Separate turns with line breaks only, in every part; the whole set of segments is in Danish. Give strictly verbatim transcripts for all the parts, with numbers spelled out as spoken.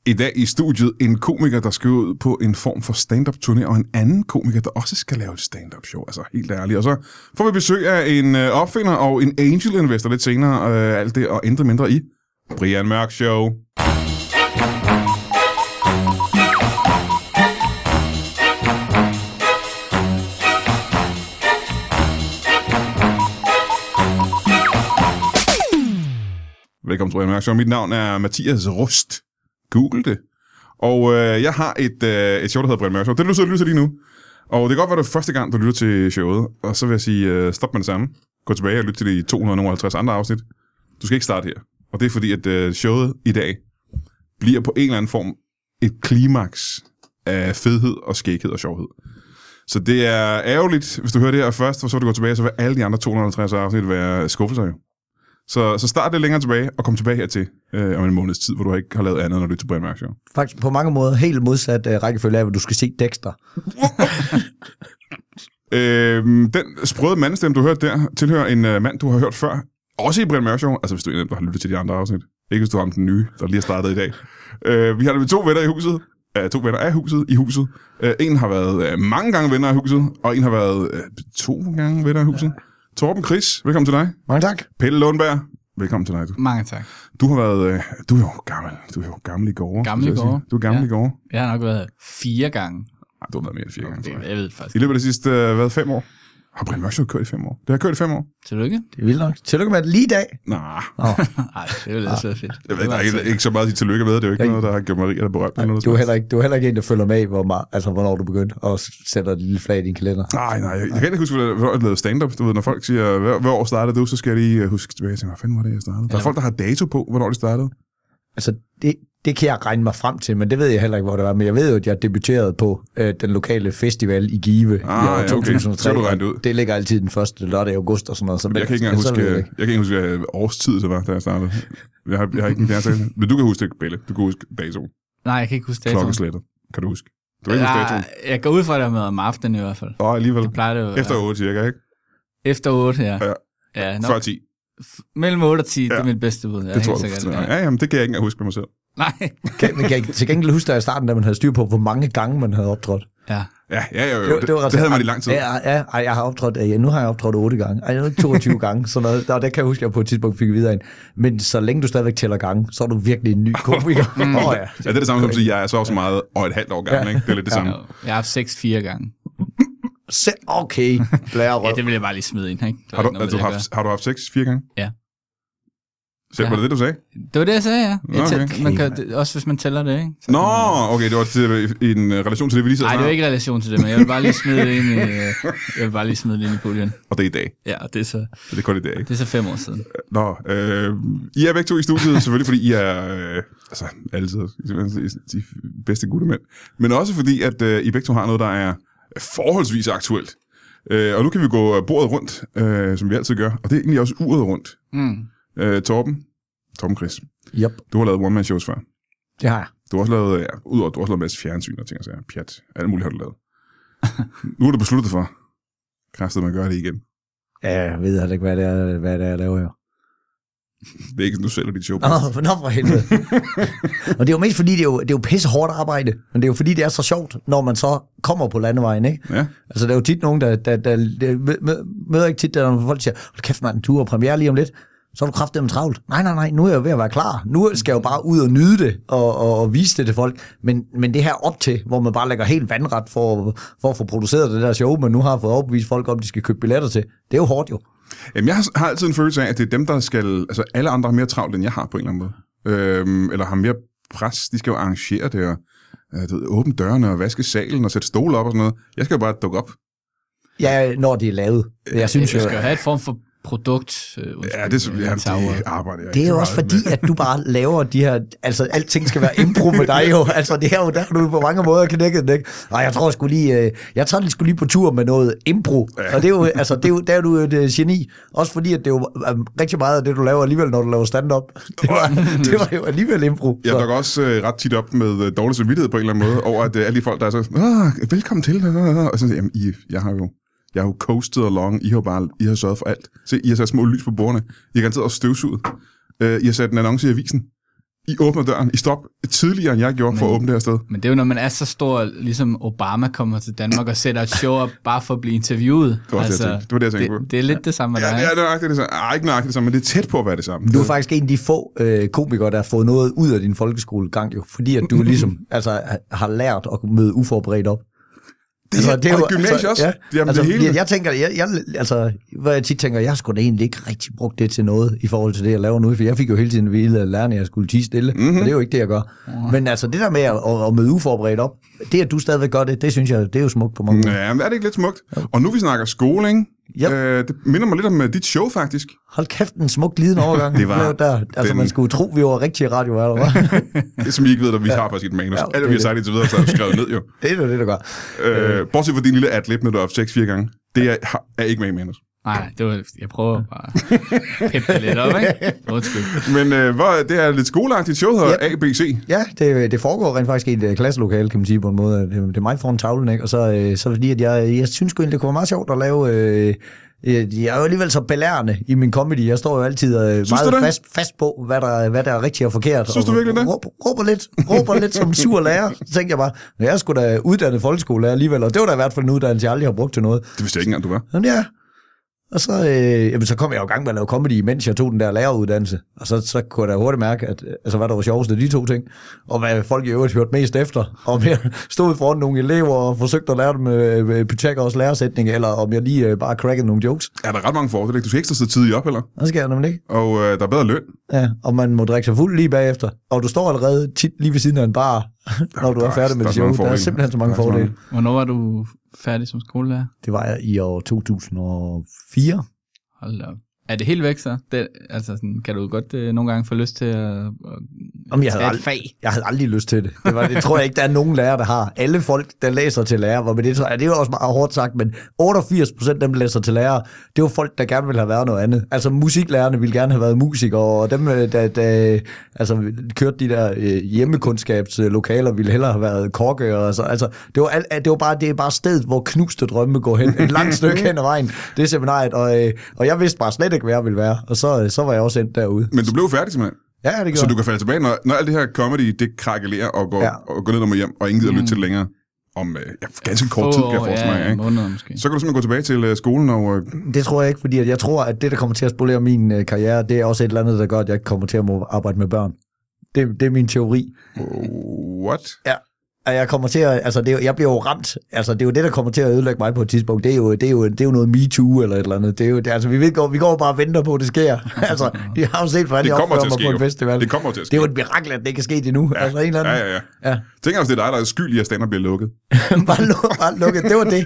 I dag i studiet en komiker, der skal ud på en form for stand-up-turné, og en anden komiker, der også skal lave et stand-up-show. Altså helt ærligt. Og så får vi besøg af en øh, opfinder og en angel-investor lidt senere. Øh, alt det og intet mindre i Brian Mørk Show. Velkommen til Brian Mørk Show. Mit navn er Mathias Rust. Google det. Og øh, jeg har et, øh, et show, der hedder Brian Mørk Show. Det er du lytter til lige nu. Og det kan godt være, det er første gang, du lytter til showet. Og så vil jeg sige, øh, stop med det samme. Gå tilbage og lyt til de to hundrede og halvtreds andre afsnit. Du skal ikke starte her. Og det er fordi, at øh, showet i dag bliver på en eller anden form et klimaks af fedhed og skæghed og sjovhed. Så det er ærgerligt, hvis du hører det her først, og så vil du gå tilbage, så vil alle de andre to hundrede og halvtreds afsnit være skuffelser jo. Så, så start det længere tilbage, og kom tilbage hertil øh, om en måneds tid, hvor du ikke har lavet andet, når du er til Brian Mørk Show.
Faktisk på mange måder helt modsat uh, rækkefølge af, hvor du skal se Dexter.
øhm, den sprøde mandestemme, du hørte der, tilhører en uh, mand, du har hørt før. Også i Brian Mørk Show. Altså hvis du har lyttet til de andre afsnit. Ikke hvis du har den nye, der lige har startet i dag. Uh, vi har det med to venner i huset. Uh, to venner af huset i huset. Uh, en har været uh, mange gange venner af huset, og en har været uh, to gange venner af huset. Torben Chris, velkommen til dig.
Mange tak.
Pelle Lundberg, velkommen til dig. Du.
Mange tak.
Du har været, øh, du er jo gammel, du er jo gammel i går.
Gammel i går.
Du er gammel
ja.
i går.
Jeg har nok været fire gange.
Nej, du har været mere end fire gange.
Okay, jeg ved det faktisk.
I løbet af de sidste, øh, hvad, fem år? Har Brian Mørk Show kørt i fem år? Det har kørt i fem år.
Tillykke.
Det er vildt nok. Tillykke med det lige i dag.
Nej.
Nej, det ville også være fedt.
Jeg ved, der er ikke, ikke så meget at sige tillykke med. Det er jo ikke
jeg,
noget, der har gjort Maria, der berørt med noget.
Du er, heller ikke, du er heller ikke en, der følger med i, hvor meget, altså, hvornår du begyndte og sætter et lille flag i din kalender.
Nej, nej. Jeg, jeg kan ikke huske, hvornår jeg lavede stand-up. Du ved, når folk siger, hver, hver år startede du, så skal jeg lige huske tilbage og tænke, hvad fanden var det, jeg startede? Der er folk, der har dato på, hvornår de startede.
Altså, det, det kan jeg regne mig frem til, men det ved jeg heller ikke, hvor det var. Men jeg ved jo, at jeg debuterede på øh, den lokale festival i Give
ah,
i år
ja,
to tusind og tre.
Okay. Det,
det ligger altid den første lørdag i august og sådan noget. Så
jeg, kan ikke engang huske, jeg, jeg kan ikke huske, hvad årstid det var, da jeg startede. Jeg har, jeg har ikke en fjernelse. Men du kan huske det, Belle. Du kan huske datoen.
Nej, jeg kan ikke huske datoen.
Klokkeslættet. Kan du huske? Du kan ikke huske datoen?
Jeg går ud fra, at det var om aftenen i hvert fald.
Åh, alligevel.
Det plejer det jo.
Efter otte cirka, ikke?
Efter otte, ja.
Ja.
ja
Før ti.
Mellem otte og ti,
ja.
Det er mit bedste bud. Jeg
det tror jeg.
sikkert,
Ja, ja, jamen, det kan jeg ikke engang huske med mig selv.
Nej.
kan, men kan jeg til gengæld huske, da i starten, da man havde styr på, hvor mange gange man havde optrådt.
Ja.
Ja, ja, jo, jo. Det, det, det, det havde man i lang tid.
Ja, ja, ja, jeg har optrådt, ja, nu har jeg optrådt otte gange. Ej, nu toogtyve gange. Så noget, der, der kan jeg huske, at jeg på et tidspunkt fik videre ind. Men så længe du stadigvæk tæller gange, så er du virkelig en ny komiker.
mm.
oh, ja.
ja, det er det samme som at sige, jeg er så også meget og et halvt år gammel, ja. Ikke? Det er lidt det samme.
Ja. Jeg har haft seks fire gange.
Okay, blærerøv.
Ja, det vil jeg bare lige smide ind, ikke?
Har du, noget, altså, haft, har du haft seks fire gange?
Ja.
Så var det det, du sagde?
Det var det, jeg sagde, ja. Jeg
okay.
tæl, man kan, også hvis man tæller det, ikke? Så
Nå,
man,
okay, det var til, i en relation til det, vi lige så.
Nej, det var ikke i relation til det, men jeg vil bare lige smide det ind i, jeg vil bare lige smide det ind i puljen.
Og det er i dag?
Ja, det er så...
Så det er kun i dag, ikke?
Det er så fem år siden.
Nå, øh, I er begge to i studiet, selvfølgelig fordi I er, øh, altså altid de bedste guttemænd, men også fordi, at øh, I begge to har noget, der er forholdsvis aktuelt. Øh, og nu kan vi gå bordet rundt, øh, som vi altid gør, og det er egentlig også uret rundt.
Mm.
Øh, Torben, Torben Chris,
yep.
Du har lavet one-man-shows før.
Det har jeg.
Du har også lavet, ja, udover du har også lavet en masse fjernsyn og ting og sager, pjat, alt muligt har du lavet. Nu er du besluttet for, Kræftet, man gør det igen.
Ja, jeg ved heller ikke, hvad det er, hvad det er jeg laver her.
Det er ikke, du sælger dit show.
Åh, oh, nå for helvede. Og det er jo mest fordi, det er jo, det er jo pisse hårdt arbejde, men det er jo fordi, det er så sjovt, når man så kommer på landevejen, ikke?
Ja.
Altså, der er jo tit nogen, der, der, der, der møder ikke tit, der når folk siger, hold kæft, man, du har premiere lige om lidt, så er du kraftedeme travlt. Nej, nej, nej, nu er jeg ved at være klar. Nu skal jeg jo bare ud og nyde det, og, og, og vise det til folk. Men, men det her op til, hvor man bare lægger helt vandret for, for at få produceret det der show, men nu har fået overbevist folk om, de skal købe billetter til, det er jo hårdt jo.
Jamen, jeg har, har altid en følelse af, at det er dem, der skal... Altså, alle andre har mere travlt, end jeg har på en eller anden måde. Øhm, eller har mere pres. De skal jo arrangere det, og øh, åbne dørene, og vaske salen, og sætte stole op og sådan noget. Jeg skal jo bare dukke op.
Ja, når det er lavet. Jeg synes
jeg
jo...
skal jo have et form for produkt. Øh,
ja, det, ja, det arbejder jeg
Det er jo også fordi, at du bare laver de her... Altså, alting skal være impro med dig jo. Altså, det er jo der, du på mange måder knækket den, ikke? Og jeg tror jeg skulle lige... Øh, jeg tager lige skulle lige på tur med noget impro. Ja. Og det er jo... Altså, det er jo, der er du et uh, geni. Også fordi, at det er jo um, rigtig meget af det, du laver alligevel, når du laver stand-up. Det var, det var jo alligevel impro.
Jeg dukker også øh, ret tit op med øh, dårlig samvittighed på en eller anden måde, over at øh, alle de folk, der er så... Ah, velkommen til. Og så jamen, I, jeg har jo... Jeg har jo coastet along. I har bare I har sørget for alt. Se, I har sat små lys på bordene. I har garanteret også støvsuget. Uh, I har sat en annonce i avisen. I åbner døren. I stop tidligere, end jeg gjorde men, for at åbne det her sted.
Men det er jo, når man er så stor, ligesom Obama kommer til Danmark og sætter et show op, bare for at blive interviewet.
Det var altså, det, jeg tænkte. Det var det, jeg tænkte
det,
på.
Det er lidt det samme med
ja,
dig.
Ja, det er nøjagtigt det samme. Ej, ikke nøjagtigt det samme, men det er tæt på at være det samme.
Du er faktisk en af de få øh, komikere, der har fået noget ud af din folkeskolegang, jo. Fordi at du ligesom altså, har lært at møde uforberedt op.
Det, altså, det er jo gymnasiet altså, også. Ja, Jamen,
altså,
det hele.
Jeg, jeg tænker, jeg, jeg, altså, hvad jeg tit tænker, jeg skulle da egentlig ikke rigtig brugt det til noget i forhold til det, jeg laver nu, for jeg fik jo hele tiden vide at lærerne, at jeg skulle tie stille, mm-hmm. og det er jo ikke det, jeg gør. Mm-hmm. Men altså, det der med at, at, at møde uforberedt op, det at du stadigvæk gør det, det synes jeg, det er jo smukt på mange måder.
Ja, men er det ikke lidt smukt? Ja. Og nu vi snakker skole, ikke? Yep. Øh, det minder mig lidt om uh, dit show, faktisk.
Hold kæft, en smuk glidende overgang.
Det var
der. Altså, den... man skulle tro, vi var rigtige radioværter, hva'?
Det som I ikke ved, at vi har faktisk et manus. Ja, alt, hvad vi har sagt indtil videre, så har vi skrevet ned, jo.
Det er jo det, der gør.
Øh, bortset fra din lille adlib, når du er op seks fire gange. Det er, er ikke med i manus.
Nej, det var, jeg prøver bare at peppe det lidt op, ikke? Undskyld.
Men øh, hvor, det er lidt skoleagtigt show, hedder yep. A B C.
Ja, det, det foregår rent faktisk i et klasselokale, kan man sige på en måde. Det, det er mig foran tavlen, ikke? Og så, øh, så fordi, at jeg, jeg synes jo egentlig, det kunne være meget sjovt at lave... Øh, jeg er jo alligevel så belærende i min comedy. Jeg står jo altid øh, meget fast, fast på, hvad der, hvad der er rigtigt og forkert.
Synes du virkelig det?
Råber, råber lidt, råber lidt som sur lærer. Så tænkte jeg bare, jeg er sgu da uddannet folkeskolelærer alligevel, og det var da i hvert fald en uddannelse, jeg aldrig har brugt til noget.
Det vidste jeg ikke engang, du var.
Jamen, ja. Og så, øh, jamen, så kom jeg jo i gang med at lave comedy, mens jeg tog den der læreruddannelse. Og så, så kunne jeg da hurtigt mærke, at, altså, hvad der var sjovest af de to ting. Og hvad folk i øvrigt hørte mest efter. Om jeg stod foran nogle elever og forsøgte at lære dem øh, Pythagoras læresætning, eller om jeg lige øh, bare crackede nogle jokes.
Er der ret mange fordele? Du skal ikke stå tidligt op, eller?
Det skal jeg nemlig ikke.
Og øh, der er bedre løn.
Ja, og man må drikke sig fuld lige bagefter. Og du står allerede tit lige ved siden af en bar, når du er færdig med det show. Der er simpelthen så mange fordele.
Hvornår var du færdig som skolelærer?
Det var jeg i år to tusind og fire.
Hold op. Er det helt væk så? Det, altså sådan, kan du godt øh, nogle gange få lyst til at, at
Jamen, jeg havde
et fag?
Jeg havde aldrig lyst til det. Det, var, det tror jeg ikke, der er nogen lærer, der har. Alle folk, der læser til lærer, hvor det, det er jo også meget hårdt sagt, men otteogfirs procent af dem, der læser til lærer, det var folk, der gerne ville have været noget andet. Altså musiklærerne ville gerne have været musikere, og dem, der, der altså, kørte de der hjemmekundskabslokaler, ville hellere have været kokke. Og så, altså, det, var, det, var bare, det er bare stedet, hvor knuste drømme går hen. Et langt stykke hen ad vejen. Det er seminariet, og, og jeg vidste bare slet ikke, hvad jeg ville være. Og så, så var jeg også endt derude.
Men du blev færdig simpelthen?
Ja, det gjorde.
Så du kan falde tilbage, når, når alt det her comedy, det krakelerer og går, ja. og går ned og hjem, og ingen gider mm. lytte til længere. Om ja, ganske kort tid, kan jeg forestille mig.
Ja,
ikke?
Måneder, måske.
Så kan du simpelthen gå tilbage til uh, skolen og... Uh...
Det tror jeg ikke, fordi jeg tror, at det, der kommer til at spolere min uh, karriere, det er også et eller andet, der gør, at jeg kommer til at må arbejde med børn. Det, det er min teori.
Uh, what?
Ja. Jeg kommer til at, altså det, jeg bliver jo ramt, altså det er jo det, der kommer til at ødelægge mig på et tidspunkt, det er jo, det er jo, det er jo noget MeToo eller et eller andet, det er jo, det, altså vi, ved, vi går bare og venter på, at det sker, altså de har jo set, hvordan de opfører mig på en festival.
Det kommer til at ske.
Det er jo et mirakel, at det ikke er sket endnu,
ja.
altså en eller anden.
Ja, ja, ja. ja. Tænk også, det er dig, der er skyld i, at stand-up bliver lukket.
bare, luk, bare lukket, det var det.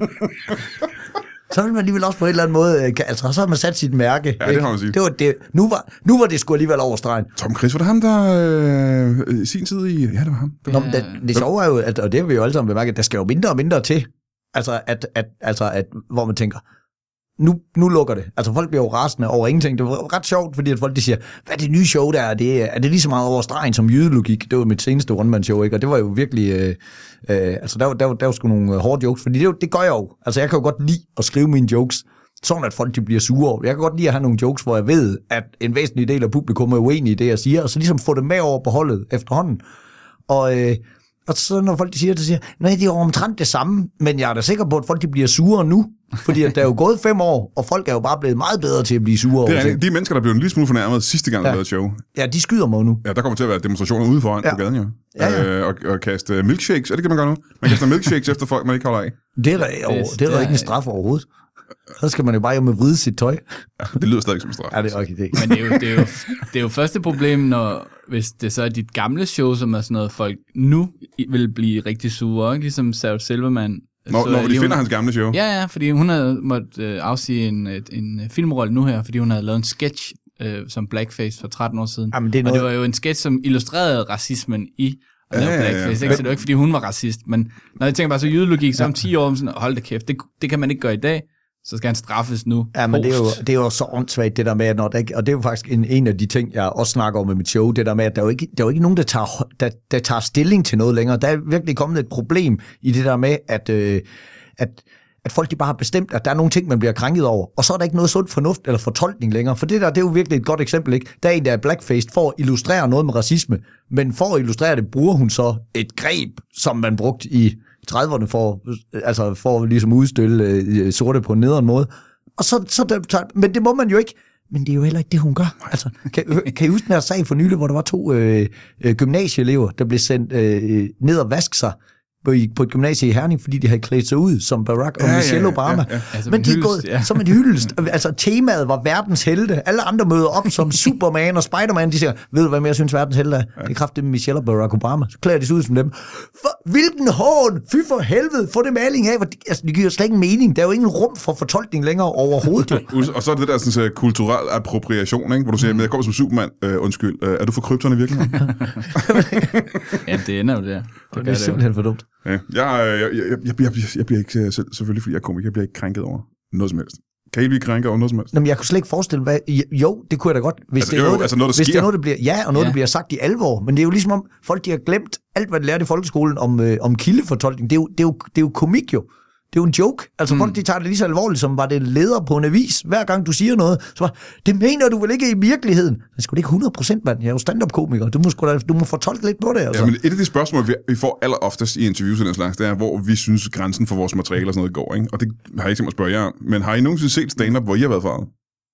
Så vil man alligevel også på en eller anden måde, altså så har man sat sit mærke.
Ja, det har man sige.
Det var det. Nu, var, nu var det sgu alligevel over stregen.
Tom Chris, var det ham, der øh, i sin tid i... Ja, det var ham.
Nå, men det, det sjove er jo, at, og det har vi jo alle sammen bemærket, at der skal jo mindre og mindre til. Altså, at, at, altså at, hvor man tænker, nu, nu lukker det. Altså, folk bliver jo rasende over ingenting. Det var ret sjovt, fordi at folk de siger, hvad er det nye show der? Er det, er det lige så meget over stregen som jydelogik? Det var mit seneste one-man-show, ikke? Og det var jo virkelig... Øh, øh, altså, der, der, der var sgu nogle hårde jokes, fordi det, det gør jeg jo. Altså, jeg kan jo godt lide at skrive mine jokes, sådan at folk de bliver sure. Jeg kan godt lide at have nogle jokes, hvor jeg ved, at en væsentlig del af publikum er uenig i det, jeg siger, og så ligesom få det med over på holdet efterhånden. Og... Øh, Og så når folk de siger, de siger, nej, det er jo omtrent det samme, men jeg er da sikker på, at folk de bliver sure nu, fordi at der er jo gået fem år, og folk er jo bare blevet meget bedre til at blive sure.
Det er de mennesker, der blev en lille smule fornærmet sidste gang, der ja. lavede et show.
Ja, de skyder mig nu.
Ja, der kommer til at være demonstrationer ude foran ja. på gaden jo. Ja, ja. Øh, og, og kaste milkshakes, er det kan man gøre nu? Man kaster milkshakes efter folk, man ikke holder af.
Det er da, det, det er da ikke en straf overhovedet. Så skal man jo bare jo med vride sit tøj.
Ja, det lyder stadig som en straf.
Ja, det er okay, det.
Men det er, jo, det, er jo, det er jo første problem, når, hvis det så er dit gamle show, som er sådan noget, folk nu vil blive rigtig sure, ikke? Ligesom Sarah Silverman.
Når, når de finder hun, hans gamle show?
Ja, ja, fordi hun havde måttet øh, afsige en, en filmrolle nu her, fordi hun havde lavet en sketch øh, som Blackface for tretten år siden. Jamen, det er noget... Og det var jo en sketch, som illustrerede racismen i at lave ja, Blackface. Ja, ja. Ikke? Så det var ikke, fordi hun var racist, men når jeg tænker bare så jydelogik, så om ti år, sådan, hold da kæft, det, det kan man ikke gøre i dag. Så skal han straffes nu.
Ja, men det er, jo, det er jo så åndssvagt, det der med, at når der, og det er jo faktisk en, en af de ting, jeg også snakker om med mit show, det der med, at der er jo ikke, der er jo ikke nogen, der tager, der, der tager stilling til noget længere. Der er virkelig kommet et problem i det der med, at, øh, at at folk de bare har bestemt, at der er nogle ting, man bliver krænket over, og så er der ikke noget sund fornuft eller fortolkning længere. For det der, det er jo virkelig et godt eksempel, ikke? Der er en, der er blackfaced for at illustrere noget med racisme, men for at illustrere det, bruger hun så et greb, som man brugte i trediverne for, altså for ligesom udstille øh, sorte på en nederen måde. Og så, så der, men det må man jo ikke. Men det er jo heller ikke det, hun gør. Altså, kan, kan I huske den her sag for nylig, hvor der var to øh, øh, gymnasieelever, der blev sendt øh, ned og vaske sig på, på et gymnasie i Herning, fordi de havde klædt sig ud som Barack og ja, Michelle ja, Obama. Ja, ja. Altså, men de er gået ja. som en hyldest. Altså, temaet var verdens helte. Alle andre møder op som Superman og Spiderman. De siger, ved du, hvad jeg synes, verdens helte er? Ja. Det er kraftigt med Michelle og Barack Obama. Så klæder de sig ud som dem. For, hvilken hån! Fy for helvede! Få det maling af. De, altså, det giver slet ikke mening. Der er jo ingen rum for fortolkning længere overhovedet.
Og så er det der sådan, så kulturel appropriation, ikke? Hvor du siger, mm. jeg kommer som Superman. Øh, undskyld, øh, er du for krypton i virkeligheden?
Ja, det ender jo der. Det,
det er simpelthen for dumt.
Ja, jeg, jeg, jeg, jeg, jeg, jeg, jeg bliver ikke, selv, selvfølgelig fordi jeg er komiker, jeg bliver ikke krænket over noget som helst. Kan I blive krænket over noget som helst?
Jamen, jeg kunne slet ikke forestille mig, jo, det kunne jeg da godt, hvis, altså, det, er noget, jo, altså noget, der hvis det er noget, der bliver, ja, og noget, ja. der bliver sagt i alvor, men det er jo ligesom om, folk de har glemt alt, hvad de lærte i folkeskolen om, øh, om kildefortolkning. Det er, jo, det, er jo, det er jo komik jo. Det er jo en joke. Altså mm. folk, de tager det lige så alvorligt, som var det leder på en avis. Hver gang du siger noget, så var det mener du vel ikke i virkeligheden? Det er sgu ikke hundrede procent, mand. Jeg er jo stand-up-komiker. Du må, da, du må fortolke lidt på det. Altså.
Ja, men et af de spørgsmål, vi får alleroftest i interviews og den slags, det er, hvor vi synes, grænsen for vores materiale og sådan noget går. Ikke? Og det har jeg ikke tænkt mig at spørge jer om. Men har I nogensinde set stand-up, hvor I har været farvet?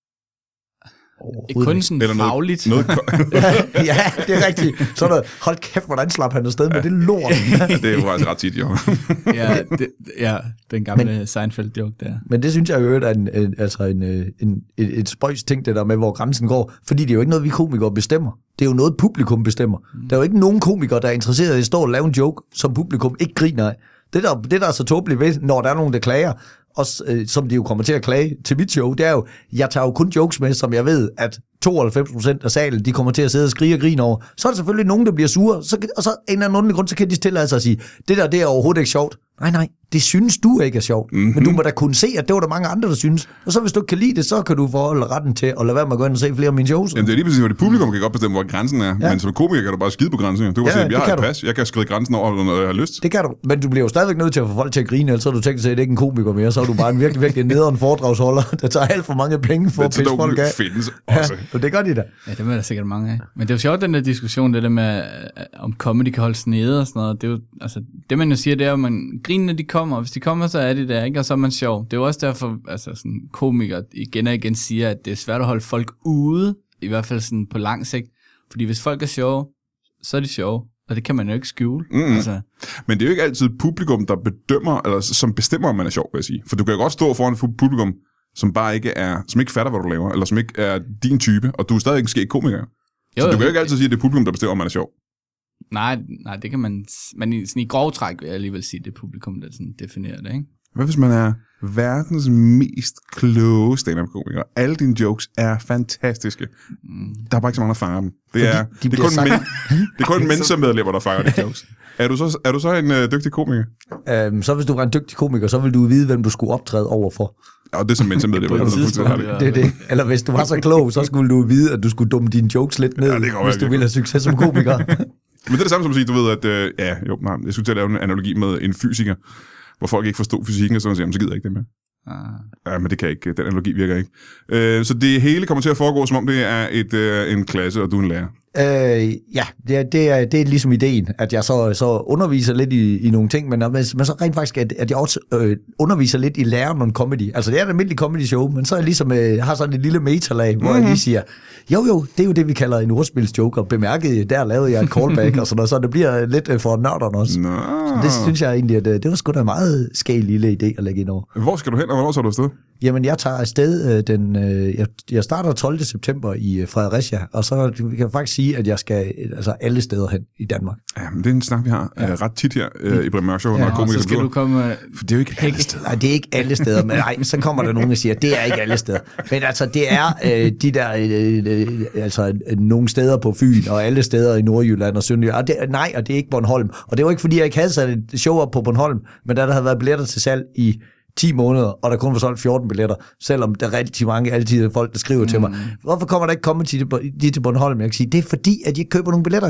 Ikke kun sådan noget, fagligt.
Noget,
ja, det er rigtigt. Så er der, hold kæft, hvordan slap han afsted med det lort.
Det er jo faktisk ret tit, jo.
ja, det, ja, den gamle Seinfeld-joke der.
Men det synes jeg jo er en, en, altså en, en, et, et spøjs ting, det der med, hvor grænsen går. Fordi det er jo ikke noget, vi komikere bestemmer. Det er jo noget, publikum bestemmer. Mm. Der er jo ikke nogen komikere, der er interesseret i at stå og lave en joke, som publikum ikke griner af. Det der, det, der er så tåbeligt ved, når der er nogen, der klager, også, øh, som de jo kommer til at klage til mit show, det er jo, jeg tager jo kun jokes med, som jeg ved, at tooghalvfems procent af salen, de kommer til at sidde og skrige og grine over. Så er der selvfølgelig nogen, der bliver sure, så, og så en eller anden grund, så kan de tillade sig at sige, det der, det er overhovedet ikke sjovt. Nej, nej, det synes du ikke er sjovt. Mm-hmm. Men du må da kunne se, at det var der mange andre, der synes. Og så hvis du ikke kan lide det, så kan du forholde retten til at lade være med at gå ind og se flere af mine shows.
Jamen det er lige præcis, hvor det publikum kan godt bestemme, hvor grænsen er. Ja. Men som komiker kan du bare skide på grænsen. Du kan ja, sige, jeg har et pas, jeg kan skride grænsen over, når jeg har lyst.
Det kan du, men du bliver jo stadigvæk nødt til at få folk til at grine, ellers så har du tænkt sig, at det ikke er en komiker mere, så er du bare en virkelig, virkelig nederen foredragsholder, der tager alt for mange penge for at pisse folk af.
Findes også.
Ja, det gør de da.
Ja, det er der sikkert mange af. Men det er jo sjovt, den der diskussion, det der med, om comedy kan holdes nede og sådan noget. Det er jo, altså, det man jo siger, det er, at man griner, når de kommer, og hvis de kommer, så er det der, ikke? Og så er man sjov. Det er jo også derfor, altså sådan komikere igen og igen siger, at det er svært at holde folk ude, i hvert fald sådan på lang sigt. Fordi hvis folk er sjove, så er de sjove. Og det kan man jo ikke skjule. Mm. Altså.
Men det er jo ikke altid publikum, der bedømmer, eller som bestemmer, om man er sjov, vil jeg sige. For du kan jo godt stå foran et publikum, som bare ikke er, som ikke fatter, hvad du laver, eller som ikke er din type, og du er stadig ikke komiker. Jo, så du kan jo ikke altid sige, at det er publikum, der bestemmer, om man er sjov.
Nej, nej, det kan man, men i, sådan i grov træk vil jeg alligevel sige, at det er publikum, der sådan definerer det, ikke?
Hvad hvis man er verdens mest kloge stand-up-komiker? Alle dine jokes er fantastiske. Mm. Der er bare ikke så mange, der fanger dem. Det er, de det er kun, men, det er kun menneskemedlemmer, der fanger de jokes. Er du så, er du så en uh, dygtig komiker?
Um, så hvis du var en dygtig komiker, så ville du vide, hvem du skulle optræde overfor.
Ja, det er som menneskemedlemmer.
det. det er det. Eller hvis du var så klog, så skulle du vide, at du skulle dumme dine jokes lidt ned, ja, hvis du ville have succes som komiker.
Men det er det samme som at sige, du ved, at øh, ja, jo, nej, jeg skulle til at lave en analogi med en fysiker, hvor folk ikke forstod fysikken, og så siger, så gider jeg ikke det med. Ah. Ja, men det kan ikke. Den analogi virker ikke. Øh, så det hele kommer til at foregå, som om det er et, øh, en klasse, og du er en lærer.
Øh, ja, det er, det, er, det er ligesom ideen, at jeg så, så underviser lidt i, i nogle ting, men, men så rent faktisk, at, at jeg også øh, underviser lidt i læren om comedy. Altså det er et almindeligt comedy show, men så er jeg ligesom, øh, har sådan et lille metalag, hvor mm-hmm. jeg lige siger, jo jo, det er jo det, vi kalder en ordspilsjoke, og bemærkede, der lavede jeg et callback, og sådan noget, så det bliver lidt øh, for nørderne også. No. Så det synes jeg egentlig, at øh, det var sgu da en meget skæg lille idé at lægge ind over.
Hvor skal du hen, og hvornår tager du afsted?
Jamen, jeg tager afsted øh, den, øh, jeg, jeg starter tolvte september i øh, Fredericia, og så kan jeg faktisk sige, at jeg skal altså alle steder hen i Danmark.
Ja, men det er en snak, vi har ja. øh, ret tit her øh, i Brian Mørk Show.
Ja, og så skal du komme...
For det er jo ikke alle steder.
Nej, det er ikke alle steder, men nej, så kommer der nogen, der siger, at det er ikke alle steder. Men altså, det er øh, de der, øh, øh, altså nogle steder på Fyn, og alle steder i Nordjylland og Sønderjylland. Og det, nej, og det er ikke Bornholm. Og det var ikke, fordi jeg ikke havde sat et show op på Bornholm, men der, der havde været billetter til salg i ti måneder, og der kun var solgt fjorten billetter, selvom der er rigtig mange altid folk, der skriver mm. til mig, hvorfor kommer der ikke komme til de til Bornholm? Jeg kan sige, det er fordi, at de ikke køber nogle billetter jo.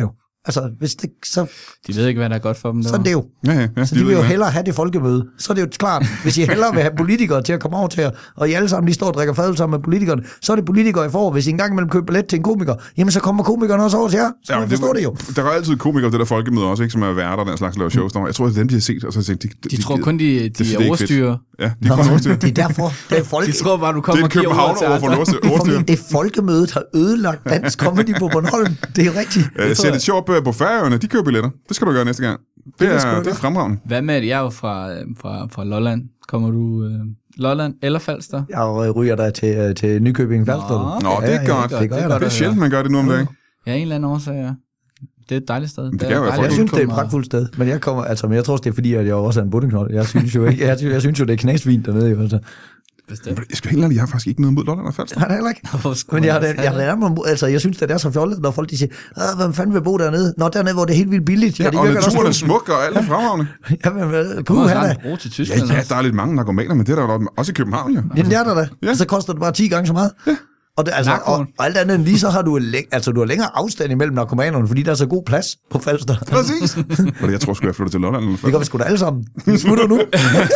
Altså, hvis det, så...
De ved ikke, hvad der er godt for dem.
Sådan det er jo.
Ja, ja, ja,
så
de
de vil jo
hvad.
hellere have det folkemøde. Så er det jo klart, hvis I hellere vil have politikere til at komme over til jer, og I alle sammen lige står og drikker fadøl sammen med politikerne, så er det politikere i forår. Hvis I engang imellem køber billet til en komiker, jamen så kommer komikerne også over til jer. Så ja, jeg forstår det, det jo.
Der går altid komikere det der folkemøde også, ikke, som er værter, den slags laver shows. Jeg tror, det er dem, de har set, og så har de, de,
de, de tror
de,
kun, de, de er overstyre.
Ja, de er kun overstyre.
Det er derfor, det er folk...
De tror bare, du kommer og giver
over til andre.
Det er folkemødet har ødelagt dansk comedy på Bornholm. Det er jo rigtigt.
Øh, Sæt et sjovt på Færøerne, de køber billetter. Det skal du gøre næste gang. Det, det er, det er fremragende.
Hvad med, at jeg er jo fra, fra, fra Lolland. Kommer du øh, Lolland eller Falster?
Jeg ryger der til, til Nykøbing Falster.
Nå, det er
ja,
godt.
Ja, det,
det, det, det er sjældent, man gør det nu om dagen.
Ja, en eller anden årsag, ja. Det er et dejligt sted.
Det
det
er
jeg synes, det er et pragtfuldt sted. Men jeg kommer, altså, men jeg tror, det er fordi, at jeg også er en bundeknold. Jeg synes jo ikke, jeg, jeg synes jo, det er knasvint dernede. Jo, altså.
Jeg skal helt ærligt, jeg har faktisk ikke noget mod Lolland og Falster.
Har det heller ikke? Men jeg har det, jeg har det, altså, jeg synes, det er så fjollet, når folk de siger, hvem fanden vil bo dernede? Nå, dernede, hvor det er helt vildt billigt.
Ja, ja, og naturen er smuk, og alt er fremragende.
Jamen, puh, han
er. til Tyskland.
Ja, ja, der er lidt mange narkomaner, men det er der også i København, jo.
Ja, det er der da. Ja. Så koster det bare ti gange så meget. Ja. Og, det, altså, og, og alt andet end lige, så har du, læ- altså, du har længere afstand imellem narkomanerne, fordi der er så god plads på Falster.
Præcis. Jeg tror sgu, jeg flytter til Lolland. Eller
det gør vi sgu da alle sammen. Vi smutter nu.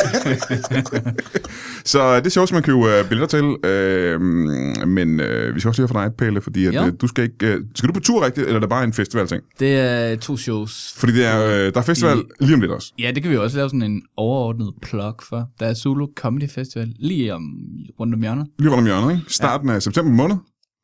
Så det er sjovt, man kan købe uh, billetter til, øh, men øh, vi skal også lige have for dig, Pelle, fordi at, øh, du skal ikke... Øh, skal du på tur rigtigt, eller er det bare en festival-ting?
Det er to shows.
Fordi det er, øh, der er festival I, lige om lidt også.
Ja, det kan vi også lave sådan en overordnet plug for. Der er Zulu Comedy Festival lige om, rundt om hjørnet.
Lige rundt om hjørnet, ikke? Starten ja. af september måned.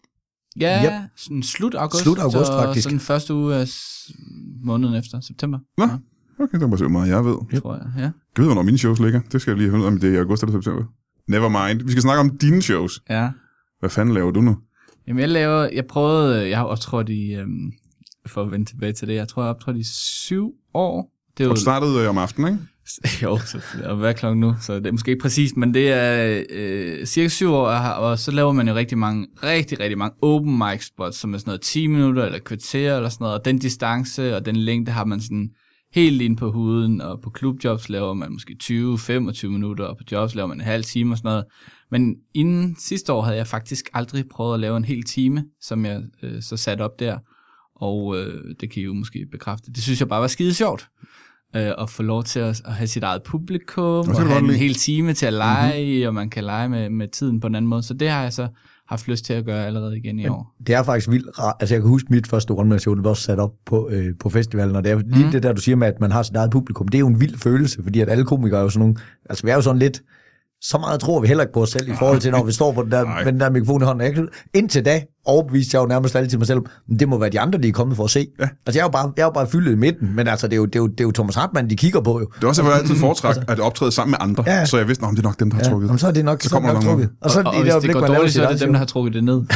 Ja, yep. Sådan slut august.
Slut august,
så,
faktisk.
Sådan første uge af måneden efter, september.
Nå,
ja.
Okay, det er bare så meget, jeg ved.
Jeg tror jeg, ja.
Jeg ved, hvornår mine shows ligger. Det skal jeg lige høre ud om, det er i august eller september. Never mind. Vi skal snakke om dine shows.
Ja.
Hvad fanden laver du nu?
Jamen, jeg laver... Jeg prøvede... Jeg har optrådt i... Øhm, for at vende tilbage til det. Jeg tror, jeg har optrådt i syv år. Det er
og du startede øh, om aftenen, ikke?
Jo, så, og hvad er klokken nu? Så det er måske ikke præcist, men det er øh, cirka syv år, og så laver man jo rigtig mange, rigtig, rigtig mange open mic spots, som er sådan noget ti minutter eller kvarter eller sådan noget, og den distance og den længde har man sådan helt ind på huden, og på klubjobs laver man måske tyve til femogtyve minutter, og på jobs laver man en halv time og sådan noget. Men inden sidste år havde jeg faktisk aldrig prøvet at lave en hel time, som jeg øh, så satte op der, og øh, det kan I jo måske bekræfte. Det synes jeg bare var skide sjovt. Øh, at få lov til at, at have sit eget publikum, og have en hel time til at lege, mm-hmm. og man kan lege med, med tiden på en anden måde. Så det har jeg så haft lyst til at gøre allerede igen i Men år.
Det er faktisk vildt rart. Altså jeg kan huske mit første one-man-show, det var også sat op på, øh, på festivalen, og det er lige mm. det der, du siger med, at man har sit eget publikum. Det er jo en vild følelse, fordi at alle komikere er jo sådan nogle, altså vi er jo sådan lidt, så meget tror vi heller ikke på os selv i forhold til, når vi står på den der, med den der mikrofon i hånden. Jeg, indtil da overbeviste jeg jo nærmest altid mig selv, men det må være de andre, de er kommet for at se. Ja. Altså jeg er jo bare, jeg er jo bare fyldt i midten, men altså det er jo, det er jo, det er jo Thomas Hartmann, de kigger på jo.
Det er også, at jeg altid foretræk at optræde sammen med andre, ja. Så jeg vidste, om det er nok dem, der har trukket.
Ja, så er det nok,
så kommer
nok trukket. Og,
så og, og, og hvis det går dårligt, så er det dem, der har trukket det ned.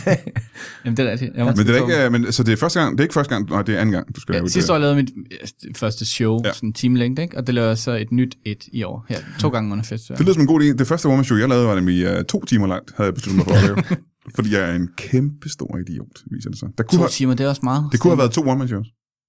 Jamen det er rigtigt.
Men det er ikke, men, så det er første gang, det er ikke første gang, nej, det er anden gang, du skal
ja,
lave
sidste år lavede mit første show,
ja.
sådan en timelængde, ikke? Og det laver jeg så et nyt et i år, her, to gange under festival.
Det lyder som en god idé. Det første one-man-show, jeg lavede, var nemlig uh, to timer langt, havde jeg besluttet mig for at lave. Fordi jeg er en kæmpe stor idiot, viser det sig. Der kunne
to
have,
timer, det er også meget.
Det kunne have været to one-man-shows.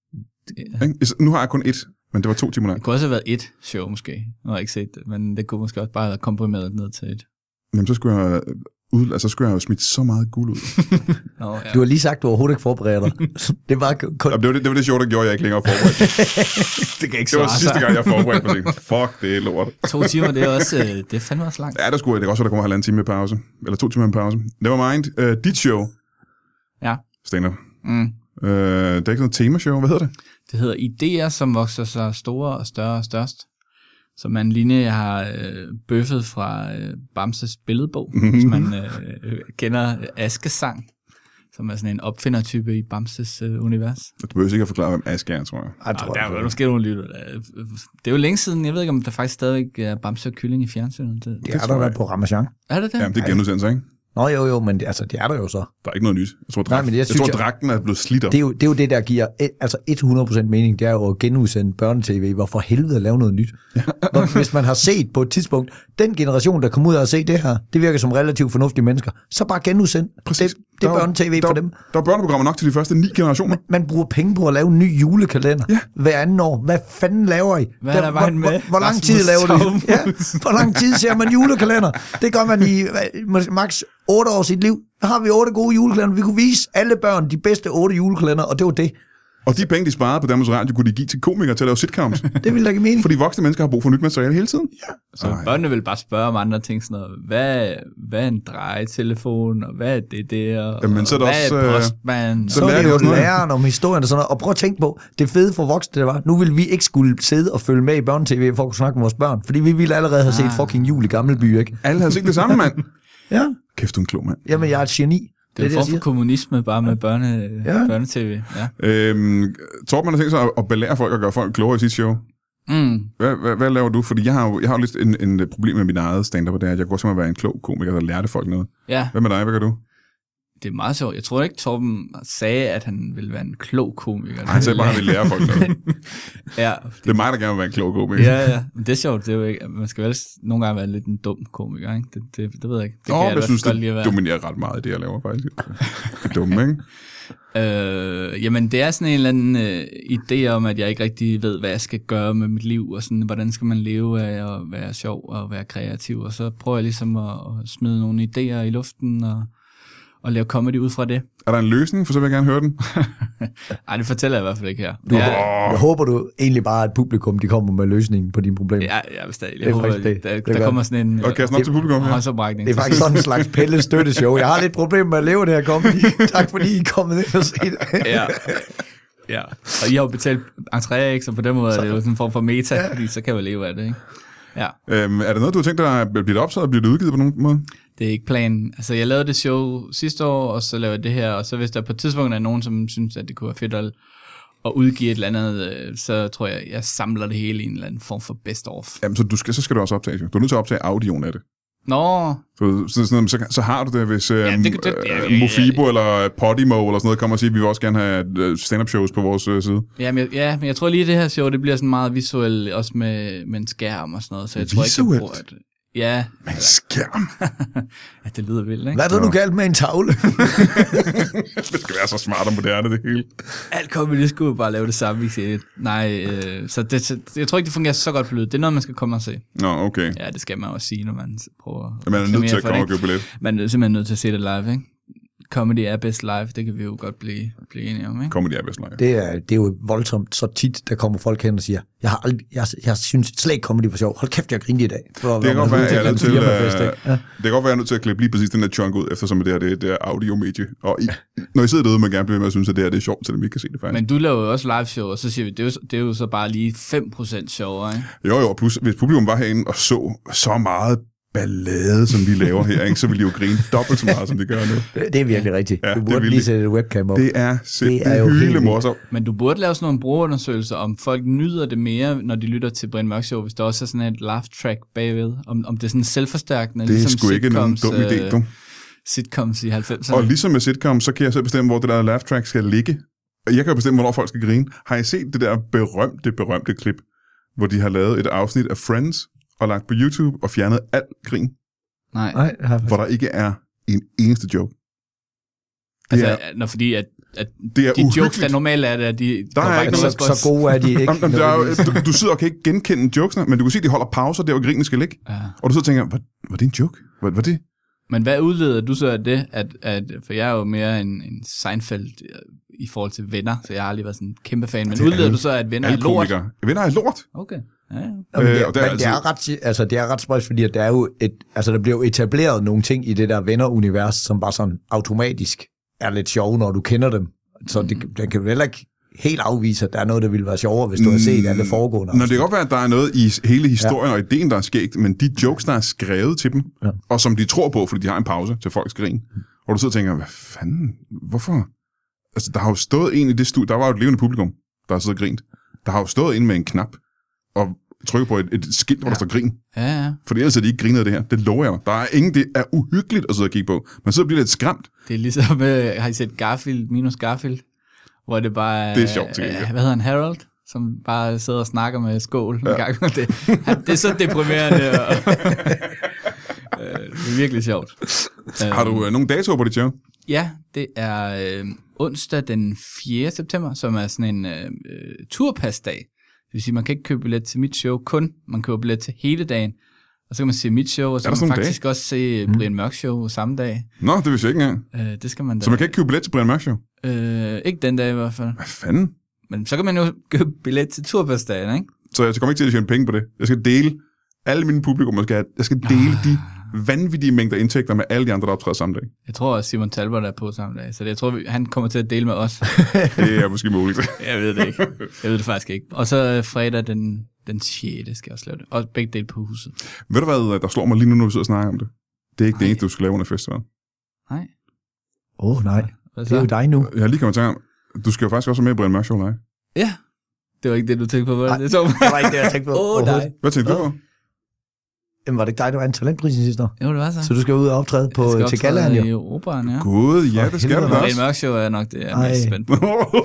Ja. Nu har jeg kun et, men det var to timer langt.
Det kunne også have været et show, måske. Jeg har ikke set det, men det kunne måske også bare have komprimeret ned til et.
Jamen, så skulle jeg ud, altså, så skulle jeg jo smidt så meget guld ud.
Nå, ja. Du har lige sagt, at du overhovedet ikke forbereder dig. Det var kun...
Jamen, det, var det, det var det show, der gjorde, jeg ikke længere forberedt.
Det kan ikke
Det var sidste gang, jeg forberedte på det. Fuck, det er lort.
To timer, det er også, det er fandme også langt.
Ja, der skulle, det kan også være, der kommer halvanden time med pause. Eller to timer med pause. Never mind. Uh, dit show.
Ja.
Stand-up.
Mm.
Uh, det er ikke noget temashow. Hvad hedder det?
Det hedder Idéer, som vokser sig store og større og størst. Som er en linje, jeg har øh, bøffet fra øh, Bamses billedbog, mm-hmm. hvis man øh, kender Askesang, som er sådan en opfindertype i Bamses øh, univers.
Du behøver ikke at forklare, hvem Aske er, tror jeg.
jeg tror, der er jo måske nogle lytter. Det er jo længe siden, jeg ved ikke, om der faktisk stadig er Bamse og Kylling i fjernsynet. Det,
det er der været på Ramachan.
Er det det?
Jamen, det er genudsendelse, ikke?
Nå jo jo, men det, altså, det er der jo så.
Der er ikke noget nyt. Jeg tror,
Nej, men jeg,
jeg
synes,
tror dragten er blevet slidt op.
Det er, jo, det er jo det, der giver altså hundrede procent mening. Det er jo at genudsende børnetv. Hvor for helvede at lave noget nyt. Når, hvis man har set på et tidspunkt, den generation, der kommer ud og se det her, det virker som relativt fornuftige mennesker, så bare genudsend.
Præcis.
Det, det er børnetv for dem.
Der er børneprogrammer nok til de første ni generationer.
Man, man bruger penge på at lave en ny julekalender
ja.
hver anden år. Hvad fanden laver I?
Hvad er der vejen med?
Hvor, hvor lang tid laver I? Ja, hvor lang tid ser man julekalender? Det gør man i maks otte år sit liv. Der har vi otte gode julekalender. Vi kunne vise alle børn de bedste otte julekalender, og det var det.
Og de penge, de sparede på Danmarks Radio, kunne de give til komikere til at lave sitcoms.
Det vil da ikke mening.
Fordi voksne mennesker har brug for nyt materiale hele tiden.
Ja.
Så Ej. børnene vil bare spørge om andre ting, sådan noget. Hvad, hvad er en drejetelefon, og hvad er det der?
Jamen, så er det
hvad
også,
er postman?
Så, så er det jo læreren om historien og sådan noget. Og prøv at tænke på, det fede for voksne, det var, nu vil vi ikke skulle sidde og følge med i børnetv for at kunne snakke med vores børn. Fordi vi ville allerede have set ah. fucking Jul i Gammelby, ikke?
Alle havde set det samme, mand.
Ja.
Kæft, du er en klog, mand.
Jamen, jeg er et geni.
Det er en form for kommunisme, bare med børne,
ja.
børnetv. Ja.
Øhm, Torben har tænkt sig at belære folk og gøre folk klogere i sit show.
Mm.
Hvad, hvad, hvad laver du? Fordi jeg har jo jeg har lidt en, en problem med min eget stand-up, og det er, at jeg går simpelthen være en klog komiker, der lærte folk noget.
Ja.
Hvad med dig? Hvad gør du?
Det er meget sjovt. Jeg tror ikke, Torben sagde, at han ville være en klog komiker.
Nej, han sagde bare, at han ville lære folk noget.
Ja.
Det er mig, der gerne vil være en klog komiker.
Ja, ja. Men det er sjovt. Det er jo ikke, man skal vel nogle gange være lidt en dum komiker, ikke? Det, det, det ved jeg ikke. Det
Åh,
kan jeg,
jeg synes,
godt lide at være.
Det dominerer ret meget i det, jeg laver faktisk. Det er dumt, ikke?
Øh, jamen, det er sådan en eller anden øh, idé om, at jeg ikke rigtig ved, hvad jeg skal gøre med mit liv, og sådan, hvordan skal man leve af at være sjov og være kreativ, og så prøver jeg ligesom at, at smide nogle idéer i luften, og og lave comedy ud fra det.
Er der en løsning? For så vil jeg gerne høre den.
Nej, det fortæller jeg i hvert fald ikke her.
Du, jeg, jeg håber du egentlig bare, at publikum de kommer med løsningen på dine problemer.
Ja, jeg vil stadig. Jeg håber, det. Der, der kommer sådan en
okay, snart til publikum.
Ja.
Det er faktisk sådan en slags Pelle støtteshow. Jeg har lidt problemer med at leve det her comedy. Tak fordi I er kommet ind og set det.
Ja. Ja. Og I har jo betalt entré, ikke? Så på den måde så. Er det jo sådan en form for meta, ja. Fordi så kan vi leve af det, ikke? Ja.
Øhm, er det noget, du har tænkt dig at blive optaget og blive det udgivet på nogen måde?
Det er ikke planen. Altså, jeg lavede det show sidste år, og så lavede jeg det her, og så hvis der på et tidspunkt er nogen, som synes, at det kunne være fedt at, at udgive et eller andet, så tror jeg, jeg samler det hele i en eller anden form for best-of. Jamen,
så, du skal, så skal du også optage. Du er nødt til at optage audioen af det.
Nå.
Så, så, sådan, så, så har du det, hvis ja, det, det, ja, ja, Mofibo ja, ja. eller Podimo eller sådan noget kommer og siger, at vi vil også gerne have stand-up shows på vores uh, side.
Ja men, ja, men jeg tror lige, det her show, det bliver sådan meget visuelt, også med, med en skærm og sådan noget. Så jeg
visuelt?
tror ikke, jeg bruger at... Ja.
Med en skærm?
Ja, det lyder vildt, ikke?
Hvad er det, du kaldt med en tavle?
Det skal være så smart og moderne, det hele.
Alt comedy skulle bare lave det samme, ikke sige. Nej, øh, så det, jeg tror ikke, det fungerer så godt på lyd. Det er noget, man skal komme og se.
Nå, okay.
Ja, det skal man også sige, når man prøver...
Ja, man er nødt til at komme og købe billet.
Man er simpelthen nødt til at se det live, ikke? Comedy er best live, det kan vi jo godt blive, blive enige om, ikke?
Comedy er best live.
Det er, det er jo voldsomt så tit, der kommer folk hen og siger, jeg har aldrig, jeg, jeg synes slet ikke comedy for sjov. Hold kæft, jeg griner i dag.
For, det kan godt være, jeg er nødt til, uh, ja. Det kan godt være, jeg er nødt til at klippe lige præcis den der chunk ud, eftersom det her det, det er audio-medie. Og I, når I sidder derude, man gerne bliver med at synes, at det her det er sjovt, selvom I ikke kan se det faktisk.
Men du laver jo også live show, og så siger vi, det er jo, det er jo så bare lige fem procent sjovere, ikke?
Jo, jo, plus hvis publikum var herinde og så så meget ballade, som vi laver her, ikke? Så vil de jo grine dobbelt så meget, som de gør nu.
Det er virkelig rigtigt.
Ja,
du burde lige sætte et webcam op.
Det er simpelthen hylde morsomt.
Men du burde lave sådan nogle brugerundersøgelser, om folk nyder det mere, når de lytter til Brian Mørk Show, hvis der også er sådan et laugh track bagved, om, om det er sådan selvforstærkende.
Det er
ligesom
sgu ikke nogen dum idé, du.
Sitcoms i halvfemserne.
Og ligesom med sitcoms, så kan jeg selv bestemme, hvor det der laugh track skal ligge. Og jeg kan bestemme, hvornår folk skal grine. Har I set det der berømte, berømte klip, hvor de har lavet et afsnit af Friends, og lagt på YouTube, og fjernet alt grin?
Nej.
Nej,
hvor der ikke er en eneste joke.
Det altså, er, når fordi at, at
det er
de
uhyggeligt.
jokes, der normalt er, at de
der er ikke
så, så gode er de ikke.
Jamen, der er, du, du sidder og kan ikke genkende jokesene, men du kan se, at de holder pauser der, hvor grinen skal ligge. Ja. Og du sidder og tænker, var, var det en joke? Var, var det?
Men hvad udleder du så af det? At, at, for jeg er jo mere en, en Seinfeld i forhold til Venner, så jeg har aldrig været sådan en kæmpe fan. Men udleder alle, du så, at Venner er lort?
Venner er lort.
Okay. Ja, ja.
Øh, det, og det, er men altså... det er ret, altså det er ret spøjs, fordi at der er jo et, altså der bliver jo etableret nogle ting i det der venner-univers, som bare sådan automatisk er lidt sjove, når du kender dem. Så det, det kan vel ikke helt afvise, at der er noget, der ville være sjovere, hvis du har set alle foregående.
Nå, det kan godt være, at der er noget i hele historien ja. og ideen, der er skægt, men de jokes, der er skrevet til dem, ja. og som de tror på, fordi de har en pause til folks grin, og du sidder og tænker, hvad fanden, hvorfor? Altså, der har jo stået en i det studie, der var jo et levende publikum, der har siddet og grint. Der har jo stået en med en knap, og trykket på et, et skilt, hvor ja. der står grin.
Ja, ja.
For ellers er de ikke grinet af det her. Det lover jeg. Der er ingen, det er uhyggeligt at sidde og kigge på. Man sidder og bliver lidt skræmt.
Det er ligesom, øh, har I set Garfield minus Garfield? Hvor det bare er...
Det er sjovt til gengæld.
Hvad hedder han? Harold? Som bare sidder og snakker med skål ja. en gang. Det, han, det er så deprimerende. Og, øh, det er virkelig sjovt.
Har du øh, nogle datoer på dit show?
Ja, det er øh, onsdag den fjerde september, som er sådan en øh, turpasdag. Det vil sige, man kan ikke købe billet til mit show kun. Man køber billet til hele dagen. Og så kan man se mit show, og så kan man faktisk dage? også se Brian Mørk Show samme dag.
Nå, det vil jeg ikke engang.
Øh, det skal man da.
Så man kan ikke købe billet til Brian Mørk Show?
Øh, ikke den dag i hvert fald.
Hvad fanden?
Men så kan man jo købe billet til Turbasdagen, ikke?
Så jeg kommer ikke til at tjene penge på det. Jeg skal dele alle mine publikum, jeg skal, jeg skal dele de vanvittige mængder indtægter med alle de andre, der optræder samme dag.
Jeg tror, at Simon Talbot er på samme dag, så det, jeg tror, han kommer til at dele med os.
Det er måske muligt.
Jeg ved det ikke. Jeg ved det faktisk ikke. Og så fredag den, den sjette skal jeg også lave det. Og begge dele på huset.
Ved du hvad, der slår mig lige nu, når vi sidder og snakker om det? Det er ikke nej. Det eneste, du skal lave under festivalen.
Nej.
Åh, oh, nej. Det er jo dig nu.
Jeg har lige kommet til ham. Du skal jo faktisk også være med i Brian Mørk Show live.
Ja. Det var ikke det, du tænkte på, var det?
Nej, det var ikke det, jeg tænkte på.
Åh, oh, nej.
Hvad tænkte du på?
Jamen, var det ikke dig, der var en talentprisen sidste år?
Jo, det var så.
Så du skal ud og optræde på til Gallaen, jo?
I operaen, ja.
Gud, ja, det skal du da også.
Brian Mørk Show er nok det, jeg er mest spændt på.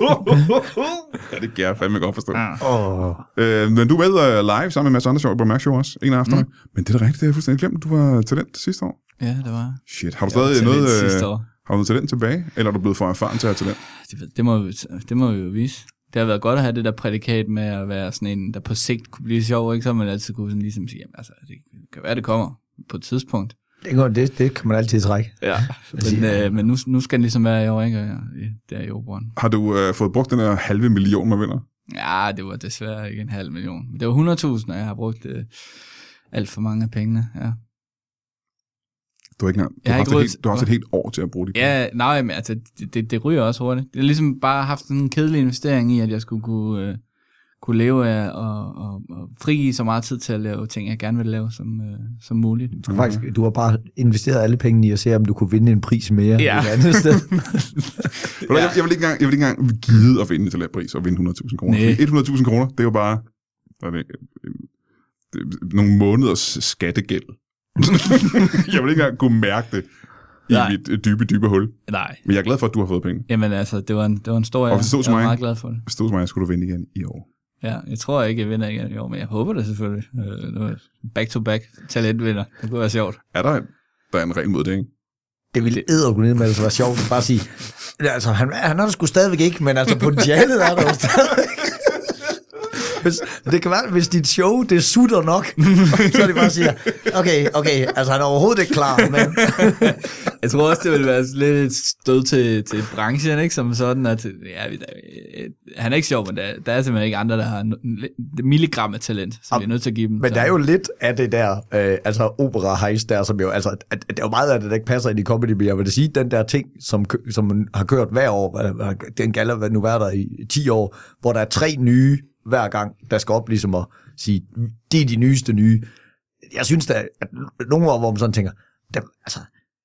Ja, det kan jeg fandme godt forstå.
Oh.
Øh, men du er med uh, live sammen med Mads Andersson på Mørk Show også, en af aftenerne. Mm. Men det er da rigtigt, det har jeg fuldstændig glemt. Du var talent sidste år.
Ja, det var.
Shit, har du stadig noget, øh, har du noget talent tilbage? Eller er du blevet for erfaren til at have talent?
Det, det, må, det må vi jo vise. Det har været godt at have det der prædikat med at være sådan en, der på sigt kunne blive sjov, ikke? Så man altid kunne sådan ligesom sige, jamen, altså, det kan være, det kommer på et tidspunkt.
Det, går, det, det kan man altid trække.
Ja, men, øh, men nu, nu skal den ligesom være i år, ikke? Der i operaen.
Har du øh, fået brugt den her halve million, man vinder?
Ja, det var desværre ikke en halv million. Det var hundrede tusind, og jeg har brugt øh, alt for mange af pengene, ja.
Du har ikke, du har haft, et helt, du har haft et helt år til at bruge det.
Ja, nej, men altså, det, det, det ryger også hurtigt. Det er ligesom bare haft sådan en kedelig investering i, at jeg skulle kunne, øh, kunne leve af og, og, og frigive så meget tid til at lave ting, jeg gerne vil lave som, øh, som muligt.
Du har, faktisk, du har bare investeret alle pengene i at se, om du kunne vinde en pris mere ja. Et andet sted.
ja. jeg, jeg, vil ikke engang, jeg vil ikke engang gide at vinde en talentpris og vinde hundrede tusind kroner. hundrede tusind kroner, det er jo bare er det, det, det, nogle måneders skattegæld. Jeg vil ikke engang kunne mærke det i Nej. mit dybe, dybe hul.
Nej.
Men jeg er glad for, at du har fået penge.
Jamen altså, det var en, det var en stor... Og hvis det stod til mig, jeg er meget glad for det.
Hvis det stod til mig, skulle du vinde igen i år.
Ja, jeg tror ikke, jeg vinder igen i år, men jeg håber det selvfølgelig. Back-to-back talentvinder. Det kunne være sjovt.
Er der en, der er en regel mod det, ikke?
Det ville eddergudnede med, at det var sjovt. Bare sige, altså, han, han er der sgu stadigvæk ikke, men altså potentialet er der jo stadigvæk. Hvis, det kan være, hvis dit show, det sutter nok, så er det bare siger, okay, okay, altså han er overhovedet ikke klar, men...
Jeg tror også, det ville være lidt et stød til, til branchen, ikke? Som sådan, at ja, der, han er ikke sjov, men der, der er simpelthen ikke andre, der har milligram af talent, som vi er nødt til at give dem.
Men så. Der er jo lidt af det der, øh, altså opera-hejs der, som jo, altså, at, at det er jo meget af det, der ikke passer ind i comedy, men jeg vil sige, den der ting, som, som har kørt hver år, den gælder, hvad nu var der i ti år, hvor der er tre nye hver gang, der skal op ligesom at sige, det er de nyeste nye. Jeg synes, der, at nogle år, hvor man sådan tænker, der, altså,